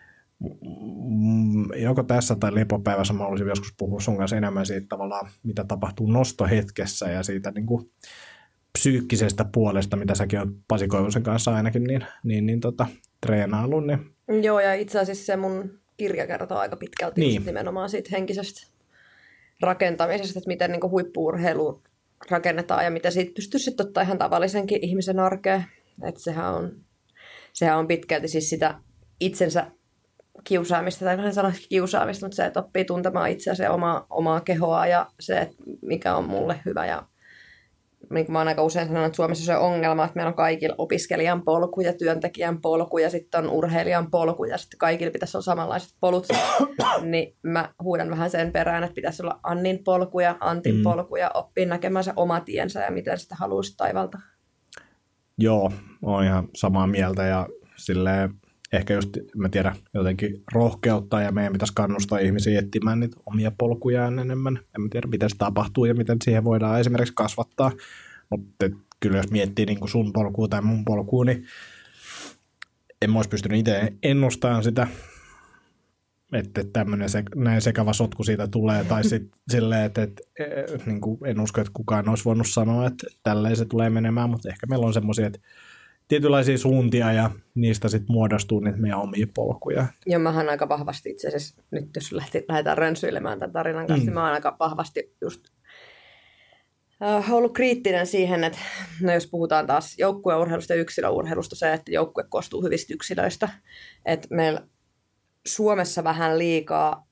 joko tässä tai lepopäivässä, mä olisin joskus puhua sun kanssa enemmän siitä tavallaan, mitä tapahtuu nostohetkessä ja siitä niin kuin psyykkisestä puolesta, mitä säkin oot Pasi Koivusen kanssa ainakin niin, niin, niin tota, treenaillut. Niin. Joo, ja itse asiassa se mun kirja kertoo aika pitkälti niin. nimenomaan siitä henkisestä rakentamisesta, että miten niin kuin huippu-urheilu rakennetaan ja miten siitä pystyy sitten ottaa ihan tavallisenkin ihmisen arkeen. Että sehän on, sehän on pitkälti siis sitä itsensä kiusaamista, tai en sanoisi kiusaamista, mutta se, että oppii tuntemaan itseänsä ja omaa, omaa kehoa ja se, että mikä on mulle hyvä ja niin kuin mä oon aika usein sanonut, että Suomessa se on ongelma, että meillä on kaikilla opiskelijan polku ja työntekijän polku ja sitten on urheilijan polku ja sitten kaikilla pitäisi olla samanlaiset polut. Niin mä huudan vähän sen perään, että pitäisi olla Annin polku ja Antin mm. polku ja oppia näkemään se oma tiensä ja miten sitä haluaisi taivalta. Joo, oon ihan samaa mieltä ja silleen ehkä just, mä tiedän, jotenkin rohkeutta ja meidän pitäisi kannustaa ihmisiä etsimään niitä omia polkujaan enemmän. En mä tiedä, miten se tapahtuu ja miten siihen voidaan esimerkiksi kasvattaa. Mutta kyllä jos miettii niin kuin sun polkua tai mun polkua, niin en mä olisi pystynyt itse ennustamaan sitä, että tämmöinen se, näin sekava sotku siitä tulee. Tai sitten silleen, että, että niin kuin en usko, että kukaan olisi voinut sanoa, että tälleen se tulee menemään. Mutta ehkä meillä on semmoisia, että tietynlaisia suuntia ja niistä sitten muodostuu niitä meidän omia polkuja. Joo, mähän aika vahvasti itse asiassa, nyt jos lähti, lähdetään rönsyilemään tämän tarinan kanssa, mm. niin mä oon aika vahvasti just äh, ollut kriittinen siihen, että no jos puhutaan taas joukkueurheilusta ja yksilöurheilusta, se, että joukkue koostuu hyvistä yksilöistä, että meillä Suomessa vähän liikaa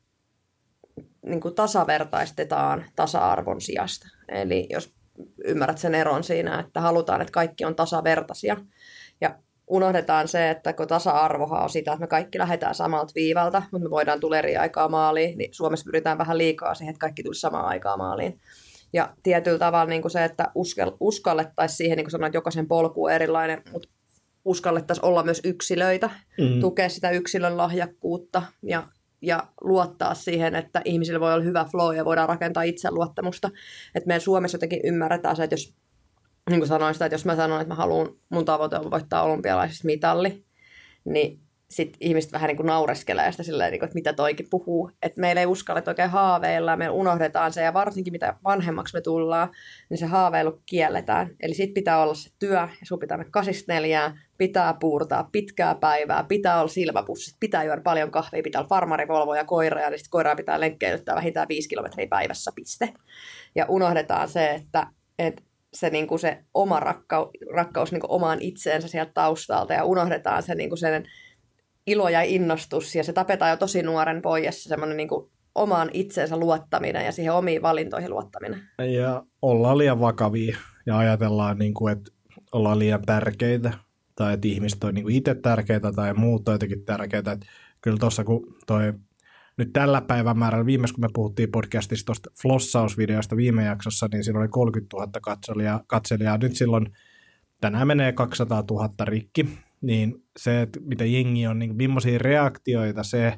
niin kuin tasavertaistetaan tasa-arvon sijasta. Eli jos ymmärrät sen eron siinä, että halutaan, että kaikki on tasavertaisia. Ja unohdetaan se, että kun tasa-arvohan on sitä, että me kaikki lähdetään samalta viivalta, mutta me voidaan tulla eri aikaa maaliin, niin Suomessa pyritään vähän liikaa siihen, että kaikki tulisi samaan aikaan maaliin. Ja tietyllä tavalla niin kuin se, että uskallettaisiin siihen, niin kuin sanoin, että jokaisen polku on erilainen, mutta uskallettaisiin olla myös yksilöitä, mm. tukea sitä yksilön lahjakkuutta ja ja luottaa siihen, että ihmisillä voi olla hyvä flow ja voidaan rakentaa itseluottamusta. Että meidän Suomessa jotenkin ymmärretään se, että jos, niin kuin sanoin sitä, että jos mä sanon, että mä haluan, mun tavoite on voittaa olympialaisissa mitalli, niin sitten ihmiset vähän niin kuin naureskelee sitä silleen, että mitä toikin puhuu. Että meillä ei uskalleta oikein haaveilla, me unohdetaan se ja varsinkin mitä vanhemmaksi me tullaan, niin se haaveilu kielletään. Eli sitten pitää olla se työ ja sun pitää mennä kasista neljään, pitää puurtaa pitkää päivää, pitää olla silmäpussit, pitää juoda paljon kahvia, pitää olla farmari, volvo ja koira ja sitten koiraa pitää lenkkeilyttää vähintään viisi kilometriä päivässä, piste. Ja unohdetaan se, että, että se, niin kuin se oma rakkaus, rakkaus niin kuin omaan itseensä sieltä taustalta ja unohdetaan se niin kuin sen ilo ja innostus, ja se tapetaan jo tosi nuoren pois, semmoinen niin kuin omaan itseensä luottaminen ja siihen omiin valintoihin luottaminen. Ja ollaan liian vakavia ja ajatellaan, niin kuin, että ollaan liian tärkeitä, tai että ihmiset on niin kuin itse tärkeitä tai muut on jotenkin tärkeitä. Että kyllä tuossa, kun toi nyt tällä päivämäärällä, viimeis kun me puhuttiin podcastista tuosta flossausvideosta viime jaksossa, niin siinä oli kolmekymmentätuhatta katselijaa, katselijaa. Nyt silloin tänään menee kaksisataatuhatta rikki. Niin se, että mitä jengi on, niin millaisia reaktioita se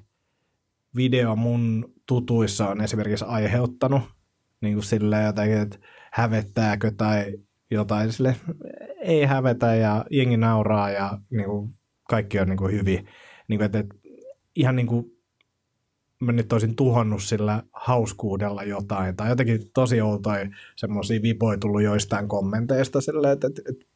video mun tutuissa on esimerkiksi aiheuttanut, niin kuin silleen jotakin, että hävettääkö tai jotain, sille ei hävetä ja jengi nauraa ja niin kuin kaikki on niin kuin hyvin. Niin kuin, että, että ihan niin kuin mä nyt olisin tuhonnut sillä hauskuudella jotain, tai jotenkin tosi outoja semmoisia vipoja tullut joistain kommenteista silleen, että, että, että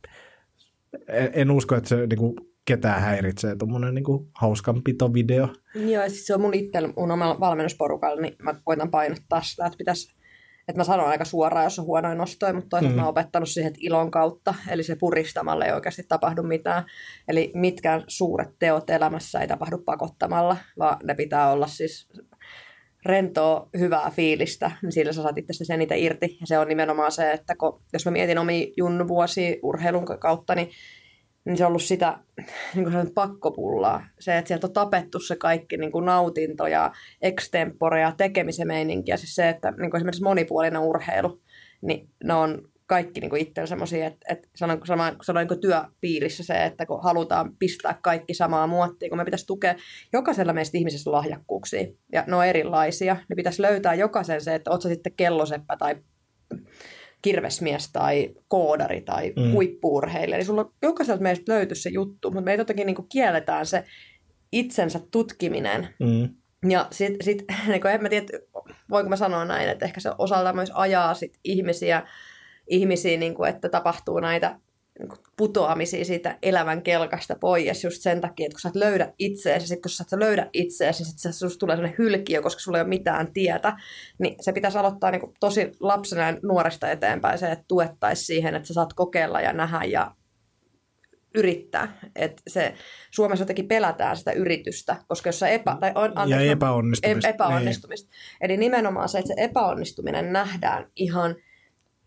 en usko, että se niin kuin, ketään häiritsee tuommoinen niin kuin hauskanpitovideo. Joo, siis se on mun itsellä, mun omalla valmennusporukalla, niin mä koitan painottaa sitä, että pitäisi, että mä sanon aika suoraan, jos on huonoja nostoja, mutta toisaalta mm. mä oon opettanut siihen, että ilon kautta, eli se puristamalla ei oikeasti tapahdu mitään. Eli mitkään suuret teot elämässä ei tapahdu pakottamalla, vaan ne pitää olla siis rentoa, hyvää fiilistä, niin sillä sä saat itse eniten irti. Ja se on nimenomaan se, että kun, jos mä mietin omia junnuvuosia urheilun kautta, niin, niin se on ollut sitä niin kuin pakkopullaa. Se, että sieltä on tapettu se kaikki niin kuin nautinto ja extempore ja tekemisen meininki. Ja siis se, että niin kuin esimerkiksi monipuolinen urheilu, niin ne on kaikki niin kuin itsellä semmoisia, että, että sanon, sanon, sanon niin työpiirissä se, että kun halutaan pistää kaikki samaa muottiin, kun me pitäisi tukea jokaisella meistä ihmisessä lahjakkuuksia, ja ne on erilaisia, niin pitäisi löytää jokaisen se, että oot sä sitten kelloseppä tai kirvesmies tai koodari tai mm. huippu-urheilija, eli sulla jokaiselta meistä löytyisi se juttu, mutta me ei totakin niin kuin kielletään se itsensä tutkiminen. Mm. Ja sitten, sit, niin en mä tiedä, voinko mä sanoa näin, että ehkä se osaltaan myös ajaa sit ihmisiä, ihmisiä niin kuin, että tapahtuu näitä niin kuin putoamisia siitä elämän kelkasta pois just sen takia, että kun sä et löydä itseäsi, sitten kun sä et löydä itseäsi, niin sitten susta tulee sellainen hylkiö, koska sulla ei ole mitään tietä, niin se pitäisi aloittaa niin kuin tosi lapsena ja nuorista eteenpäin se, että tuettaisiin siihen, että sä saat kokeilla ja nähdä ja yrittää. Että se, Suomessa jotenkin pelätään sitä yritystä, koska jos sä epä, tai on, anteeksi, ja epäonnistumista. epäonnistumista. Eli nimenomaan se, että se epäonnistuminen nähdään ihan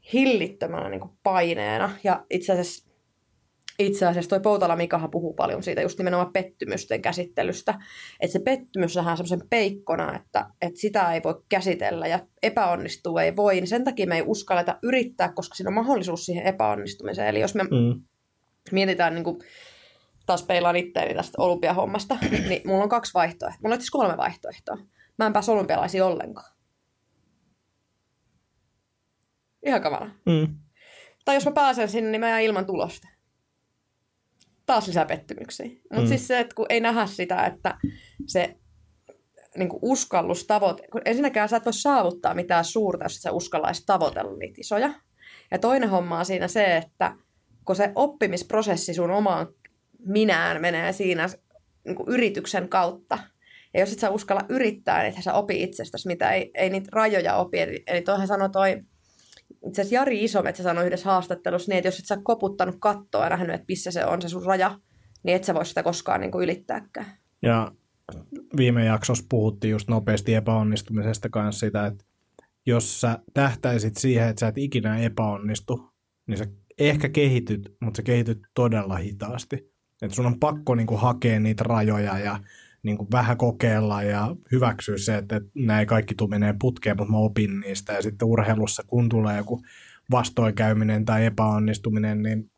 hillittömänä niin kuin paineena. Ja itse asiassa, itse asiassa toi Poutala Mikahan puhuu paljon siitä just nimenomaan pettymysten käsittelystä. Että se pettymys nähdään semmoisen peikkona, että, että sitä ei voi käsitellä ja epäonnistua ei voi. Niin sen takia me ei uskalleta yrittää, koska siinä on mahdollisuus siihen epäonnistumiseen. Eli jos me mm. mietitään, niin kuin, taas peilaan itteeni tästä olympiahommasta, niin mulla on kaksi vaihtoehtoa. Mulla on siis kolme vaihtoehtoa. Mä en pääse olympialaisiin ollenkaan. Ihan kamala. Mm. Tai jos mä pääsen sinne, niin mä jään ilman tulosta. Taas lisää pettymyksiä. Mutta mm. siis se, että kun ei nähdä sitä, että se niin kuin uskallustavoite, kun ensinnäkään sä et voi saavuttaa mitään suurta, jos et sä uskallaisi tavoitella niitä isoja. Ja toinen homma on siinä se, että kun se oppimisprosessi sun omaan minään menee siinä niin kuin yrityksen kautta, ja jos et sä uskalla yrittää, niin et sä opi itsestäsi, mitä ei, ei niitä rajoja opi. Eli, eli toihan sanoi toi, itse asiassa Jari Isometsä sanoi yhdessä haastattelussa niin, että jos et sä koputtanut kattoa ja nähnyt, että missä se on se sun raja, niin et sä voi sitä koskaan niin kuin ylittääkään. Ja viime jaksossa puhuttiin just nopeasti epäonnistumisesta kanssa sitä, että jos sä tähtäisit siihen, että sä et ikinä epäonnistu, niin sä ehkä kehityt, mutta sä kehityt todella hitaasti. Että sun on pakko niin kuin hakea niitä rajoja ja niin kuin vähän kokeilla ja hyväksyä se, että nämä kaikki tuu menee putkeen, mutta mä opin niistä. Ja sitten urheilussa, kun tulee joku vastoinkäyminen tai epäonnistuminen, niin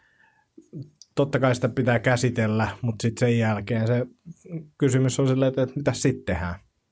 totta kai sitä pitää käsitellä, mutta sitten sen jälkeen se kysymys on silleen, että mitä sitten tehdään.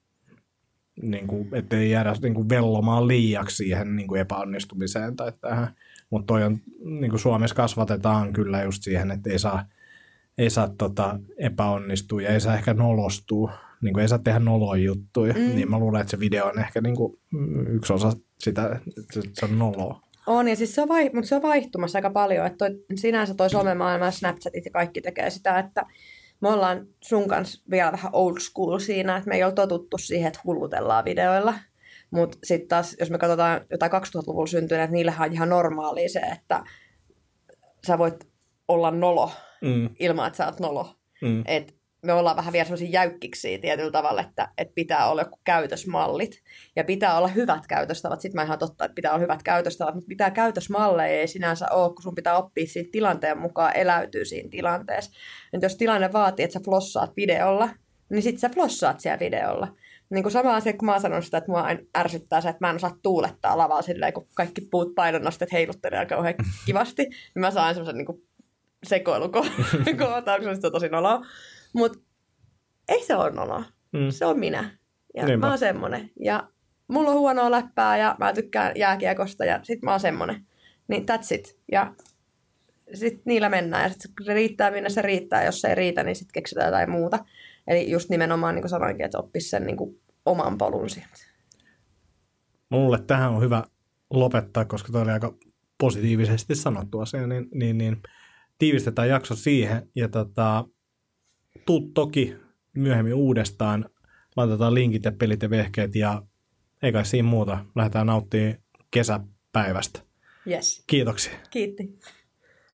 Niin kuin, ettei jäädä niin kuin vellomaan liiaksi siihen niin kuin epäonnistumiseen tai tähän. Mutta toi on, niin kuin Suomessa kasvatetaan kyllä just siihen, että ei saa ei saa tota epäonnistua ja ei saa ehkä nolostua, niin kuin ei saa tehdä noloa juttuja, mm. niin mä luulen, että se video on ehkä niin kuin yksi osa sitä, että se on noloa. On, ja siis se on, vai, mutta se on vaihtumassa aika paljon, että toi, sinänsä toi somemaailma, Snapchatit ja kaikki tekee sitä, että me ollaan sun kanssa vielä vähän old school siinä, että me ei ole totuttu siihen, että hullutellaan videoilla, mutta sitten taas, jos me katsotaan jotain kaksituhattaluvulla syntyneet, niillähän on ihan normaalia se, että sä voit olla nolo, Mm. ilman, että sä oot nolo. Mm. Et me ollaan vähän vielä sellaisia jäykkiksi tietyllä tavalla, että, että pitää olla joku käytösmallit ja pitää olla hyvät käytöstavat. Sitten mä ihan totta, että pitää olla hyvät käytöstavat, mutta pitää käytösmalleja ei sinänsä ole, kun sun pitää oppia siinä tilanteen mukaan, eläytyy siinä tilanteessa. Et jos tilanne vaatii, että sä flossaat videolla, niin sit sä flossaat siellä videolla. Niin kuin sama asia, kun mä oon sanonut sitä, että mua ärsyttää se, että mä en osaa tuulettaa lavaa silleen, kun kaikki puut painonnosteet heiluttelee kauhean kivasti, niin mä saan semmoisen niin kuin sekoilukohtauksen, se on tosi noloa. Mutta ei se ole noloa. Mm. Se on minä. Ja niin mä oon semmonen. Ja mulla on huonoa läppää ja mä tykkään jääkiekosta ja sit mä oon semmonen. Niin that's it. Ja sit niillä mennään. Ja sit se riittää, minne se riittää. Jos se ei riitä, niin sit keksitään jotain muuta. Eli just nimenomaan, niin kuin sanoinkin, että oppisi sen niin kuin oman polun sieltä. Mulle tähän on hyvä lopettaa, koska toi oli aika positiivisesti sanottu asia, niin, niin, niin tiivistetään jakso siihen, ja tota, tuu toki myöhemmin uudestaan, laitetaan linkit ja pelit ja vehkeet, ja ei kai siinä muuta, lähdetään nauttimaan kesäpäivästä. Yes. Kiitoksia. Kiitti.